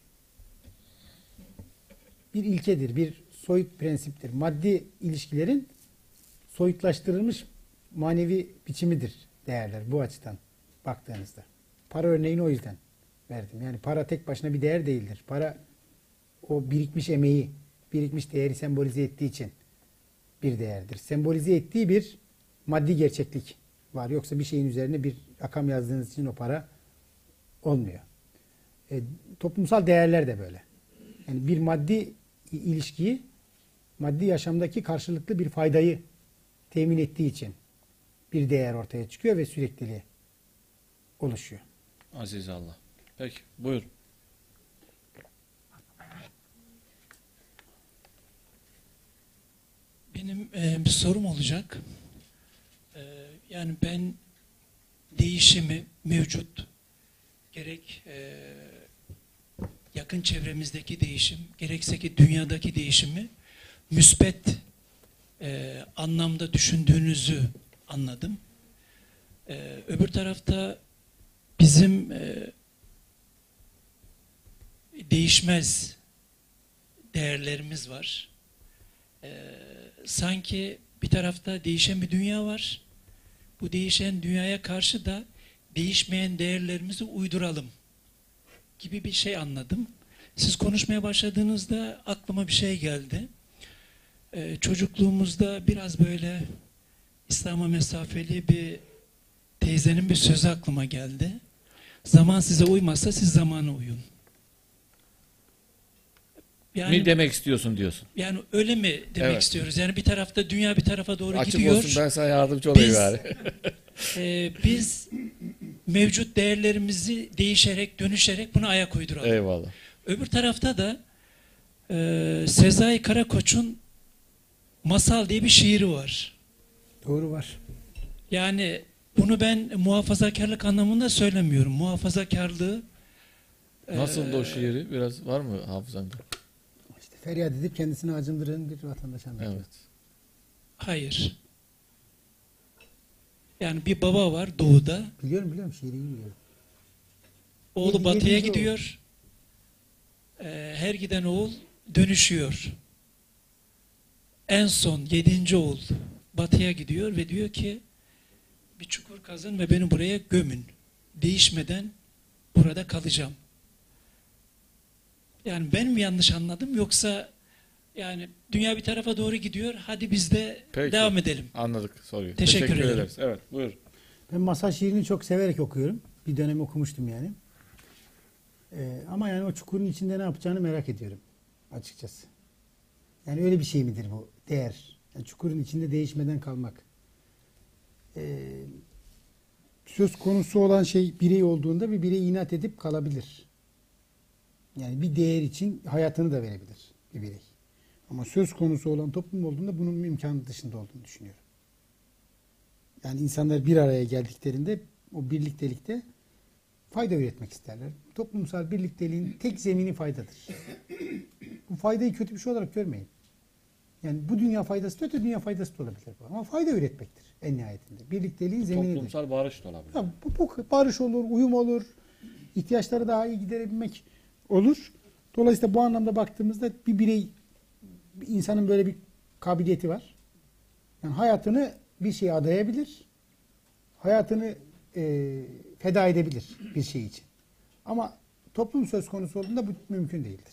bir ilkedir, bir soyut prensiptir. Maddi ilişkilerin soyutlaştırılmış manevi biçimidir değerler bu açıdan baktığınızda. Para örneğini o yüzden verdim. Yani para tek başına bir değer değildir. Para o birikmiş emeği, birikmiş değeri sembolize ettiği için bir değerdir. Sembolize ettiği bir maddi gerçeklik var. Yoksa bir şeyin üzerine bir rakam yazdığınız için o para olmuyor. E, toplumsal değerler de böyle. Yani bir maddi ilişkiyi, maddi yaşamdaki karşılıklı bir faydayı temin ettiği için bir değer ortaya çıkıyor ve sürekliliği oluşuyor. Aziz Allah. Peki. Buyur. Benim e, bir sorum olacak. E, yani ben değişimi mevcut, gerek e, yakın çevremizdeki değişim, gerekse ki dünyadaki değişimi müspet e, anlamda düşündüğünüzü anladım. E, öbür tarafta bizim e, değişmez değerlerimiz var. Ee, sanki bir tarafta değişen bir dünya var. Bu değişen dünyaya karşı da değişmeyen değerlerimizi uyduralım gibi bir şey anladım. Siz konuşmaya başladığınızda aklıma bir şey geldi. Ee, çocukluğumuzda biraz böyle İslam'a mesafeli bir teyzenin bir sözü aklıma geldi. Zaman size uymazsa siz zamana uyun. Yani, Mi demek istiyorsun diyorsun. yani öyle mi demek Evet. istiyoruz? Yani bir tarafta dünya bir tarafa doğru Açık gidiyor. olsun, ben sana yardımcı olayım Biz- bari. Ee, biz mevcut değerlerimizi değişerek, dönüşerek buna ayak uyduralım. Eyvallah. Öbür tarafta da e, Sezai Karakoç'un Masal diye bir şiiri var. Doğru var. Yani bunu ben muhafazakarlık anlamında söylemiyorum. Muhafazakarlığı e, Nasıldı o şiiri? Biraz var mı hafızanda? İşte feryat edip kendisini acındıran bir vatandaş anlatıyor. Evet. hayır. Yani bir baba var doğuda. Biliyorum biliyorum şiiri iyi biliyorum. Oğlu Yedi- batıya yedinci gidiyor. Ee, her giden oğul dönüşüyor. En son yedinci oğul batıya gidiyor ve diyor ki bir çukur kazın ve beni buraya gömün. Değişmeden burada kalacağım. Yani ben mi yanlış anladım yoksa yani dünya bir tarafa doğru gidiyor. Hadi biz de Peki. devam edelim. Anladık soruyu. Teşekkür ederim. ederiz. Evet, buyur. Ben masal şiirini çok severek okuyorum. Bir dönem okumuştum yani. Ee, ama yani o çukurun içinde ne yapacağını merak ediyorum açıkçası. Yani öyle bir şey midir bu değer? Yani çukurun içinde değişmeden kalmak. Ee, söz konusu olan şey birey olduğunda bir birey inat edip kalabilir. Yani bir değer için hayatını da verebilir bir birey. Ama söz konusu olan toplum olduğunda bunun imkanı dışında olduğunu düşünüyorum. Yani insanlar bir araya geldiklerinde o birliktelikte fayda üretmek isterler. Toplumsal birlikteliğin tek zemini faydadır. Bu faydayı kötü bir şey olarak görmeyin. Yani bu dünya faydası da öte dünya faydası da olabilir. Ama fayda üretmektir en nihayetinde. Birlikteliğin zeminidir. Toplumsal barış da olabilir. Ya bu, bu barış olur, uyum olur, ihtiyaçları daha iyi giderebilmek olur. Dolayısıyla bu anlamda baktığımızda bir birey, bir insanın böyle bir kabiliyeti var. Yani hayatını bir şeye adayabilir, hayatını e, feda edebilir bir şey için. Ama toplum söz konusu olduğunda bu mümkün değildir.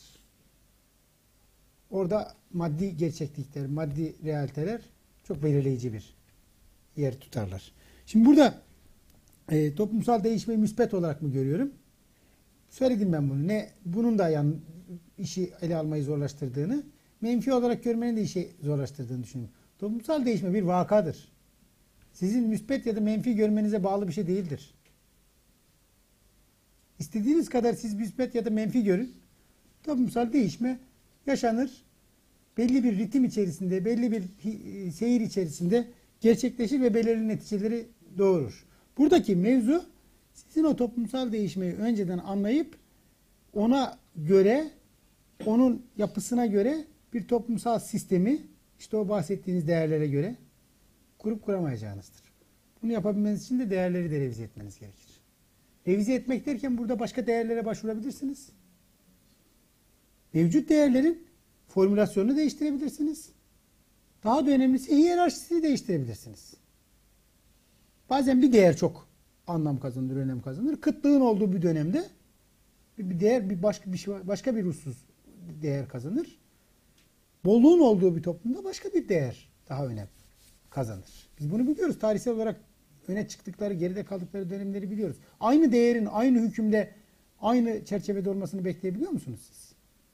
Orada maddi gerçeklikler, maddi realiteler çok belirleyici bir yer tutarlar. Şimdi burada e, toplumsal değişmeyi müspet olarak mı görüyorum? Söyledim ben bunu. Ne bunun da yani işi ele almayı zorlaştırdığını, menfi olarak görmenin de işi zorlaştırdığını düşünüyorum. Toplumsal değişme bir vakadır. Sizin müspet ya da menfi görmenize bağlı bir şey değildir. İstediğiniz kadar siz müspet ya da menfi görün. Toplumsal değişme yaşanır. Belli bir ritim içerisinde, belli bir seyir içerisinde gerçekleşir ve belirli neticeleri doğurur. Buradaki mevzu sizin o toplumsal değişmeyi önceden anlayıp ona göre, onun yapısına göre bir toplumsal sistemi, işte o bahsettiğiniz değerlere göre kurup kuramayacağınızdır. Bunu yapabilmeniz için de değerleri de revize etmeniz gerekir. Revize etmek derken burada başka değerlere başvurabilirsiniz. Mevcut değerlerin formülasyonunu değiştirebilirsiniz. Daha da önemlisi hiyerarşisini değiştirebilirsiniz. Bazen bir değer çok anlam kazanır, önem kazanır. Kıtlığın olduğu bir dönemde bir değer bir başka bir şey başka bir husus değer kazanır. Bolluğun olduğu bir toplumda başka bir değer daha önem kazanır. Biz bunu biliyoruz. Tarihsel olarak öne çıktıkları, geride kaldıkları dönemleri biliyoruz. Aynı değerin aynı hükümde, aynı çerçevede olmasını bekleyebiliyor musunuz siz?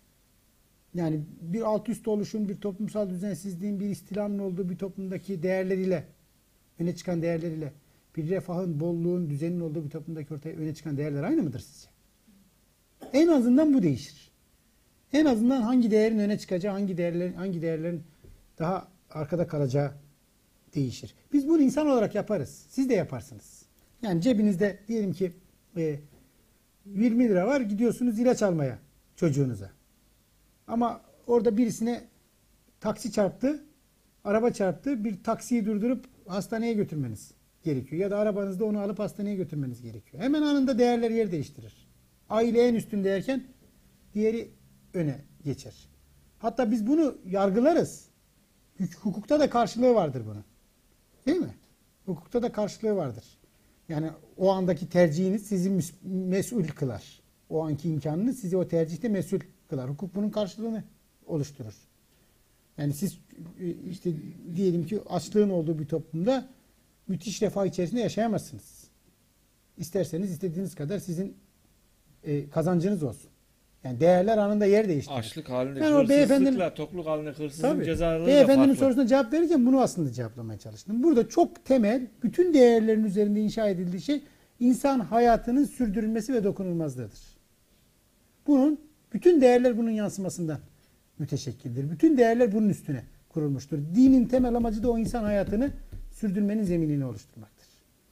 Yani bir alt üst oluşun, bir toplumsal düzensizliğin, bir istilanın olduğu bir toplumdaki değerleriyle, öne çıkan değerleriyle, bir refahın, bolluğun, düzenin olduğu bir toplumdaki ortaya öne çıkan değerler aynı mıdır sizce? En azından bu değişir. En azından hangi değerin öne çıkacağı, hangi değerlerin, hangi değerlerin daha arkada kalacağı değişir. Biz bunu insan olarak yaparız. Siz de yaparsınız. Yani cebinizde diyelim ki e, yirmi lira var, gidiyorsunuz ilaç almaya çocuğunuza. Ama orada birisine taksi çarptı, araba çarptı, bir taksiyi durdurup hastaneye götürmeniz gerekiyor. Ya da arabanızda onu alıp hastaneye götürmeniz gerekiyor. Hemen anında değerler yer değiştirir. Aile en üstünde derken diğeri öne geçer. Hatta biz bunu yargılarız. Hukukta da karşılığı vardır bunun. Değil mi? Hukukta da karşılığı vardır. Yani o andaki tercihiniz sizi mesul kılar. O anki imkanınız sizi o tercihte mesul kılar. Hukuk bunun karşılığını oluşturur. Yani siz işte diyelim ki açlığın olduğu bir toplumda müthiş refah içerisinde yaşayamazsınız. İsterseniz istediğiniz kadar sizin e, kazancınız olsun. Yani değerler anında yer değiştirir. Açlık halinde Yani o hırsızlıkla, tokluk halinde hırsızın tabii, cezaları da beyefendinin farklı. sorusuna cevap verirken bunu aslında cevaplamaya çalıştım. Burada çok temel, bütün değerlerin üzerinde inşa edildiği şey insan hayatının sürdürülmesi ve dokunulmazlığıdır. Bunun, bütün değerler bunun yansımasından müteşekkildir. Bütün değerler bunun üstüne kurulmuştur. Dinin temel amacı da o insan hayatını sürdürmenin zeminini oluşturmaktır.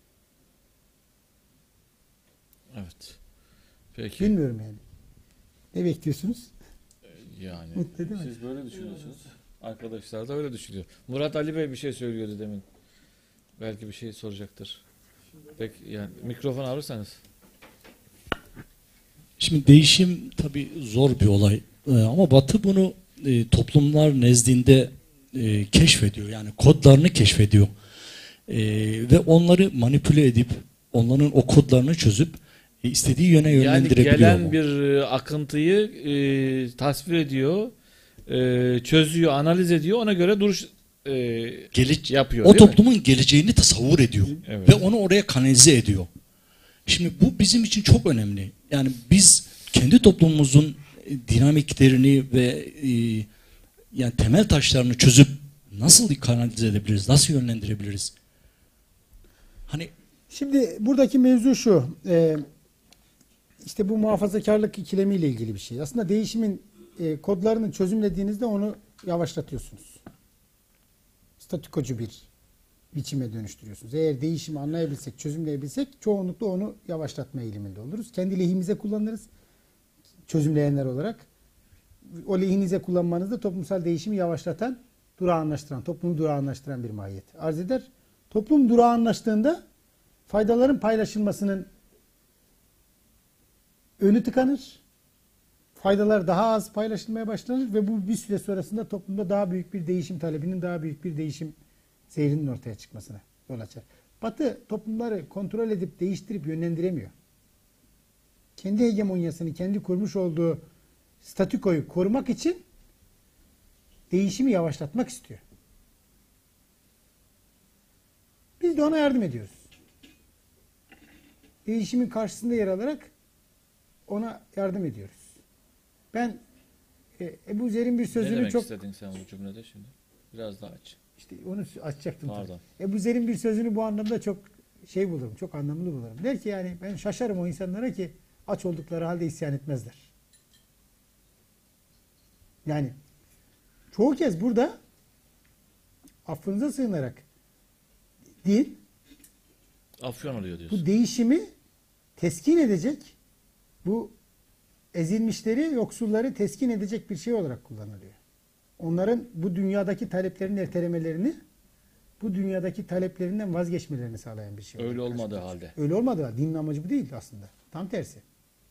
Evet. Peki. Bilmiyorum yani. Ne bekliyorsunuz? Yani Mutlu değil mi? siz böyle düşünüyorsunuz. Arkadaşlar da öyle düşünüyor. Murat Ali Bey bir şey söylüyordu demin. Belki bir şey soracaktır. Peki yani mikrofon alırsanız. Şimdi değişim tabii zor bir olay. Ee, ama Batı bunu e, toplumlar nezdinde e, keşfediyor. Yani kodlarını keşfediyor. E, ve onları manipüle edip onların o kodlarını çözüp e, istediği yöne Yani yönlendirebiliyor. gelen mu? bir e, akıntıyı e, tasvir ediyor, e, çözüyor, analiz ediyor. Ona göre duruş e, Gele- yapıyor. o değil mi? toplumun geleceğini tasavvur ediyor. Evet. Ve onu oraya kanalize ediyor. Şimdi bu bizim için çok önemli. Yani biz kendi toplumumuzun e, dinamiklerini ve e, yani temel taşlarını çözüp nasıl kanalize edebiliriz, nasıl yönlendirebiliriz? Hani Şimdi buradaki mevzu şu. E, işte bu muhafazakarlık ikilemiyle ilgili bir şey. Aslında değişimin e, kodlarını çözümlediğinizde onu yavaşlatıyorsunuz. Statükocu bir biçime dönüştürüyorsunuz. Eğer değişimi anlayabilsek, çözümleyebilsek çoğunlukla onu yavaşlatma eğiliminde oluruz. Kendi lehimize kullanırız. Çözümleyenler olarak. O lehinize kullanmanız da toplumsal değişimi yavaşlatan durağanlaştıran, toplumu durağanlaştıran bir mahiyet arz eder. Toplum durağanlaştığında faydaların paylaşılmasının önü tıkanır. Faydalar daha az paylaşılmaya başlanır ve bu bir süre sonrasında toplumda daha büyük bir değişim talebinin, daha büyük bir değişim seyrinin ortaya çıkmasına yol açar. Batı toplumları kontrol edip değiştirip yönlendiremiyor. Kendi hegemonyasını, kendi kurmuş olduğu statükoyu korumak için değişimi yavaşlatmak istiyor. Biz de ona yardım ediyoruz. Değişimin karşısında yer alarak ona yardım ediyoruz. Ben e, Ebu Zer'in bir Ne sözünü demek çok... istedin sen bu cümlede şimdi? Biraz daha aç. İşte onu açacaktım. Pardon. Tabii. Ebu Zer'in bir sözünü bu anlamda çok şey bulurum, çok anlamlı bulurum. Der ki yani ben şaşarım o insanlara ki aç oldukları halde isyan etmezler. Yani çoğu kez burada affınıza sığınarak din Afyon oluyor diyorsun. bu değişimi teskin edecek, bu ezilmişleri, yoksulları teskin edecek bir şey olarak kullanılıyor. Onların bu dünyadaki taleplerin ertelemelerini, bu dünyadaki taleplerinden vazgeçmelerini sağlayan bir şey. Öyle olarak olmadığı karşılaşıyor. halde. Öyle olmadığı halde. Dinin amacı bu değil aslında. Tam tersi.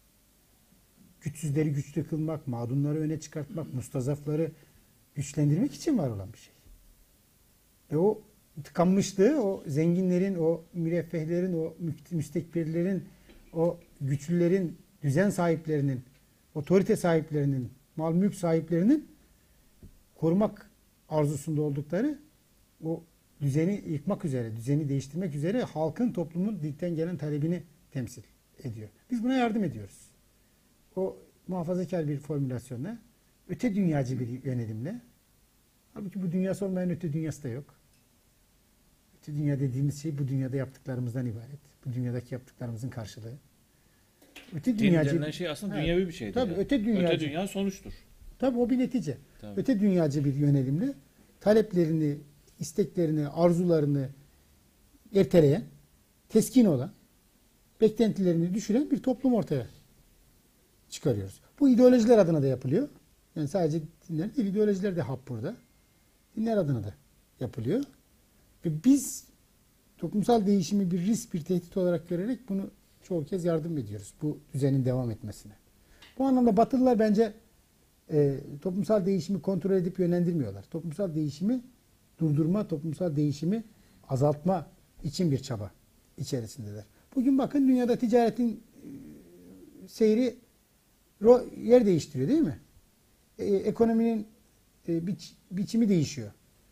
Güçsüzleri güçlü kılmak, mağdunları öne çıkartmak, mustazafları güçlendirmek için var olan bir şey. Ve o tıkanmışlığı, o zenginlerin, o müreffehlerin, o müstekbirlerin, o güçlülerin, düzen sahiplerinin, otorite sahiplerinin, mal mülk sahiplerinin korumak arzusunda oldukları o düzeni yıkmak üzere, düzeni değiştirmek üzere halkın, toplumun dikten gelen talebini temsil ediyor. Biz buna yardım ediyoruz. O muhafazakar bir formülasyonla, öte dünyacı bir yönelimle, halbuki bu dünyası olmayan öte dünyası da yok. Öte dünya dediğimiz şey bu dünyada yaptıklarımızdan ibaret. Bu dünyadaki yaptıklarımızın karşılığı. Öte Din dünyacı denilen şey aslında Evet. dünyevi bir şeydir. Tabii, yani. öte dünyacı. Öte dünya sonuçtur. Tabii o bir netice. Tabii. Öte dünyacı bir yönelimle taleplerini, isteklerini, arzularını erteleyen, teskin olan, beklentilerini düşüren bir toplum ortaya çıkarıyoruz. Bu ideolojiler adına da yapılıyor. Yani sadece dinler değil, ideolojiler de hap burada. Dinler adına da yapılıyor. Ve biz toplumsal değişimi bir risk, bir tehdit olarak görerek bunu çoğu kez yardım ediyoruz. Bu düzenin devam etmesine. Bu anlamda Batılılar bence e, toplumsal değişimi kontrol edip yönlendirmiyorlar. Toplumsal değişimi durdurma, toplumsal değişimi azaltma için bir çaba içerisindeler. Bugün bakın dünyada ticaretin e, seyri ro- yer değiştiriyor değil mi? E, ekonominin e, biç, biçimi değişiyor.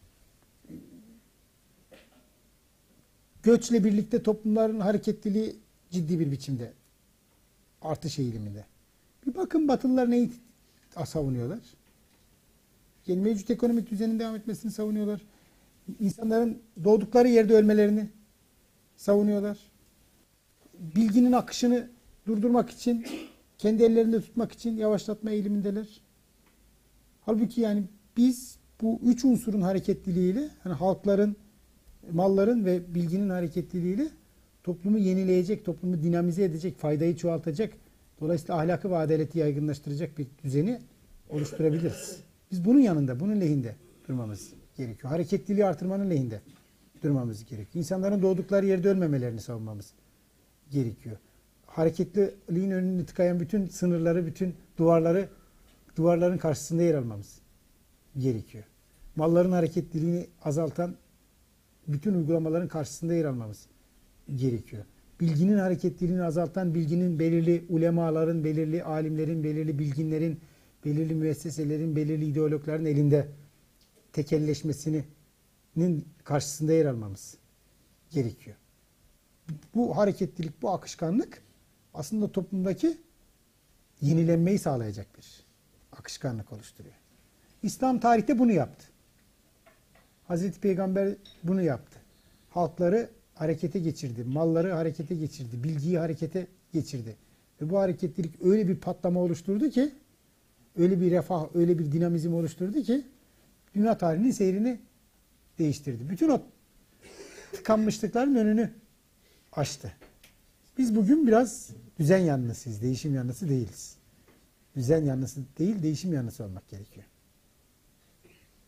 Göçle birlikte toplumların hareketliliği ciddi bir biçimde artış eğiliminde. Bir bakın Batılılar neyi savunuyorlar? Yani mevcut ekonomik düzenin devam etmesini savunuyorlar. İnsanların doğdukları yerde ölmelerini savunuyorlar. Bilginin akışını durdurmak için, kendi ellerinde tutmak için yavaşlatma eğilimindeler. Halbuki yani biz bu üç unsurun hareketliliğiyle, hani halkların, malların ve bilginin hareketliliğiyle toplumu yenileyecek, toplumu dinamize edecek, faydayı çoğaltacak, dolayısıyla ahlakı ve adaleti yaygınlaştıracak bir düzeni oluşturabiliriz. Biz bunun yanında, bunun lehinde durmamız gerekiyor. Hareketliliği artırmanın lehinde durmamız gerekiyor. İnsanların doğdukları yerde ölmemelerini savunmamız gerekiyor. Hareketliliğin önünü tıkayan bütün sınırları, bütün duvarları, duvarların karşısında yer almamız gerekiyor. Malların hareketliliğini azaltan bütün uygulamaların karşısında yer almamız gerekiyor. Bilginin hareketliliğini azaltan, bilginin belirli ulemaların, belirli alimlerin, belirli bilginlerin, belirli müesseselerin, belirli ideologların elinde tekelleşmesinin karşısında yer almamız gerekiyor. Bu hareketlilik, bu akışkanlık aslında toplumdaki yenilenmeyi sağlayacak bir akışkanlık oluşturuyor. İslam tarihte bunu yaptı. Hazreti Peygamber bunu yaptı. Halkları harekete geçirdi, malları harekete geçirdi, bilgiyi harekete geçirdi. Ve bu hareketlilik öyle bir patlama oluşturdu ki, öyle bir refah, öyle bir dinamizm oluşturdu ki, dünya tarihinin seyrini değiştirdi. Bütün o tıkanmışlıkların önünü açtı. Biz bugün biraz düzen yanlısıyız, değişim yanlısı değiliz. Düzen yanlısı değil, değişim yanlısı olmak gerekiyor.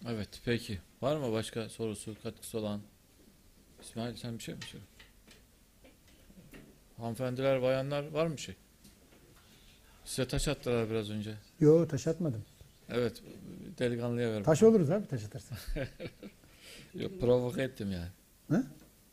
Evet, peki. Var mı başka sorusu, katkısı olan? İsmail, sen bir şey mi söylüyorsun? Hanımefendiler, bayanlar var mı bir şey? Size taş attılar biraz önce. Yo, taş atmadım. Evet, delikanlıya ver. Taş oluruz abi taş atarsan. Yok, provoke ettim yani. Hı?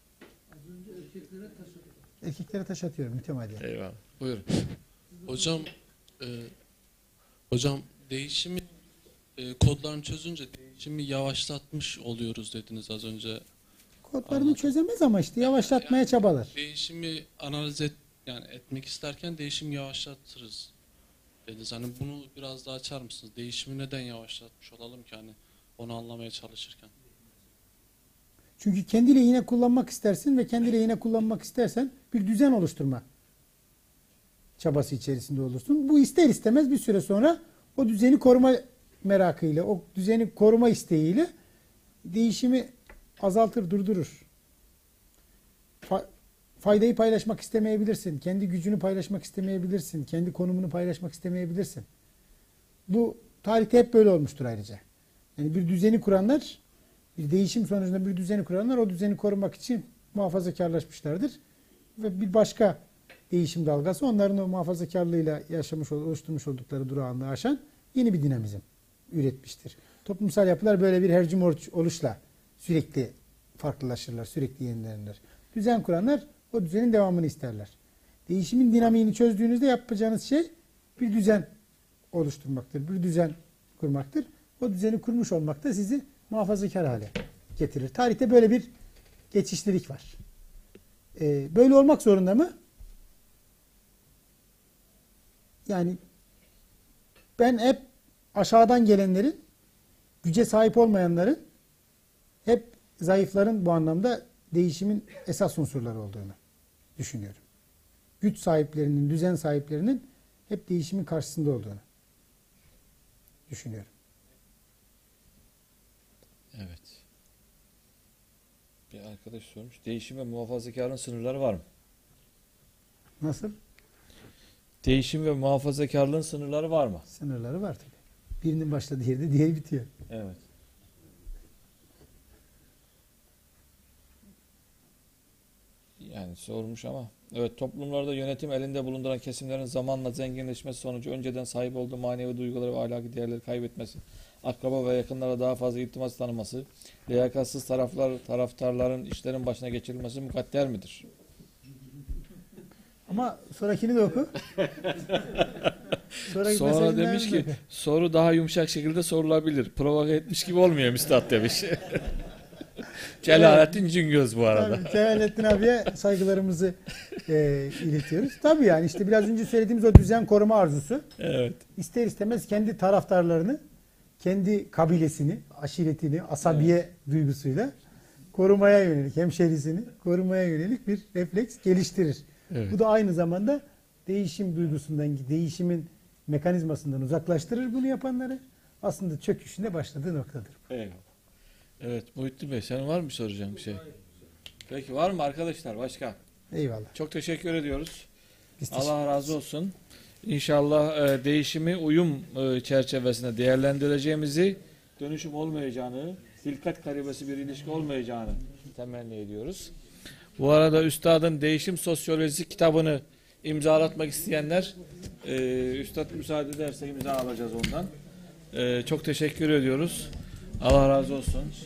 Erkeklere taş atıyorum mütemadiyen. Eyvallah. Buyurun. Hocam e, hocam değişimi e, kodlarını çözünce değişimi yavaşlatmış oluyoruz dediniz az önce. Kodlarını Anladım. çözemez ama işte yavaşlatmaya çabalar. Değişimi analiz et, yani etmek isterken değişimi yavaşlatırız dediniz. Hani bunu biraz daha açar mısınız? Değişimi neden yavaşlatmış olalım ki hani onu anlamaya çalışırken? Çünkü kendi lehine kullanmak istersin ve kendi lehine kullanmak istersen bir düzen oluşturma çabası içerisinde olursun. Bu ister istemez bir süre sonra o düzeni koruma merakıyla, o düzeni koruma isteğiyle değişimi azaltır, durdurur. Fa- faydayı paylaşmak istemeyebilirsin. Kendi gücünü paylaşmak istemeyebilirsin. Kendi konumunu paylaşmak istemeyebilirsin. Bu tarihte hep böyle olmuştur ayrıca. Yani bir düzeni kuranlar, bir değişim sonucunda bir düzeni kuranlar o düzeni korumak için muhafazakarlaşmışlardır. Ve bir başka değişim dalgası onların o muhafazakarlığıyla yaşamış, oluşturmuş oldukları durağanlığı aşan yeni bir dinamizm üretmiştir. Toplumsal yapılar böyle bir hercüm oluşla sürekli farklılaşırlar, sürekli yenilenirler. Düzen kuranlar o düzenin devamını isterler. Değişimin dinamiğini çözdüğünüzde yapacağınız şey bir düzen oluşturmaktır, bir düzen kurmaktır. O düzeni kurmuş olmak da sizi muhafazakar hale getirir. Tarihte böyle bir geçişlilik var. Ee, böyle olmak zorunda mı? Yani ben hep aşağıdan gelenlerin, güce sahip olmayanların, hep zayıfların bu anlamda değişimin esas unsurları olduğunu düşünüyorum. Güç sahiplerinin, düzen sahiplerinin hep değişimin karşısında olduğunu düşünüyorum. Evet. Bir arkadaş sormuş. Değişim ve muhafazakarlığın sınırları var mı? Nasıl? Değişim ve muhafazakarlığın sınırları var mı? Sınırları var tabii. Birinin başladığı yerde diğeri bitiyor. Evet. Yani sormuş ama. Evet, toplumlarda yönetim elinde bulunduran kesimlerin zamanla zenginleşmesi sonucu önceden sahip olduğu manevi duyguları ve ahlaki değerleri kaybetmesi, akraba ve yakınlara daha fazla iltimas tanıması, liyakatsız taraflar, taraftarların işlerin başına geçirilmesi mukadder midir? Ama sonrakini de oku. Sonraki Sonra meselenin demiş devamını ki oku. soru daha yumuşak şekilde sorulabilir. Provoke etmiş gibi olmuyor Müstad demiş. Celalettin Cingöz bu arada. Tabii, Celalettin abiye saygılarımızı e, iletiyoruz. Tabii yani işte biraz önce söylediğimiz o düzen koruma arzusu Evet. ister istemez kendi taraftarlarını, kendi kabilesini, aşiretini, asabiye duygusuyla korumaya yönelik, hemşerisini korumaya yönelik bir refleks geliştirir. Evet. Bu da aynı zamanda değişim duygusundan, değişimin mekanizmasından uzaklaştırır bunu yapanları. Aslında çöküşünde başladığı noktadır. Eyvallah. Evet, Muhittin Bey, senin var mı soracağın bir şey? Peki, var mı arkadaşlar başka? Eyvallah. Çok teşekkür ediyoruz. Biz teşekkür Allah razı olsun. İnşallah e, değişimi uyum e, çerçevesinde değerlendireceğimizi, dönüşüm olmayacağını, hilkat karibesi bir ilişki olmayacağını temenni ediyoruz. Bu arada Üstad'ın Değişim Sosyolojisi kitabını imzalatmak isteyenler, e, Üstad müsaade ederse imza alacağız ondan. E, çok teşekkür ediyoruz. Allah razı olsun.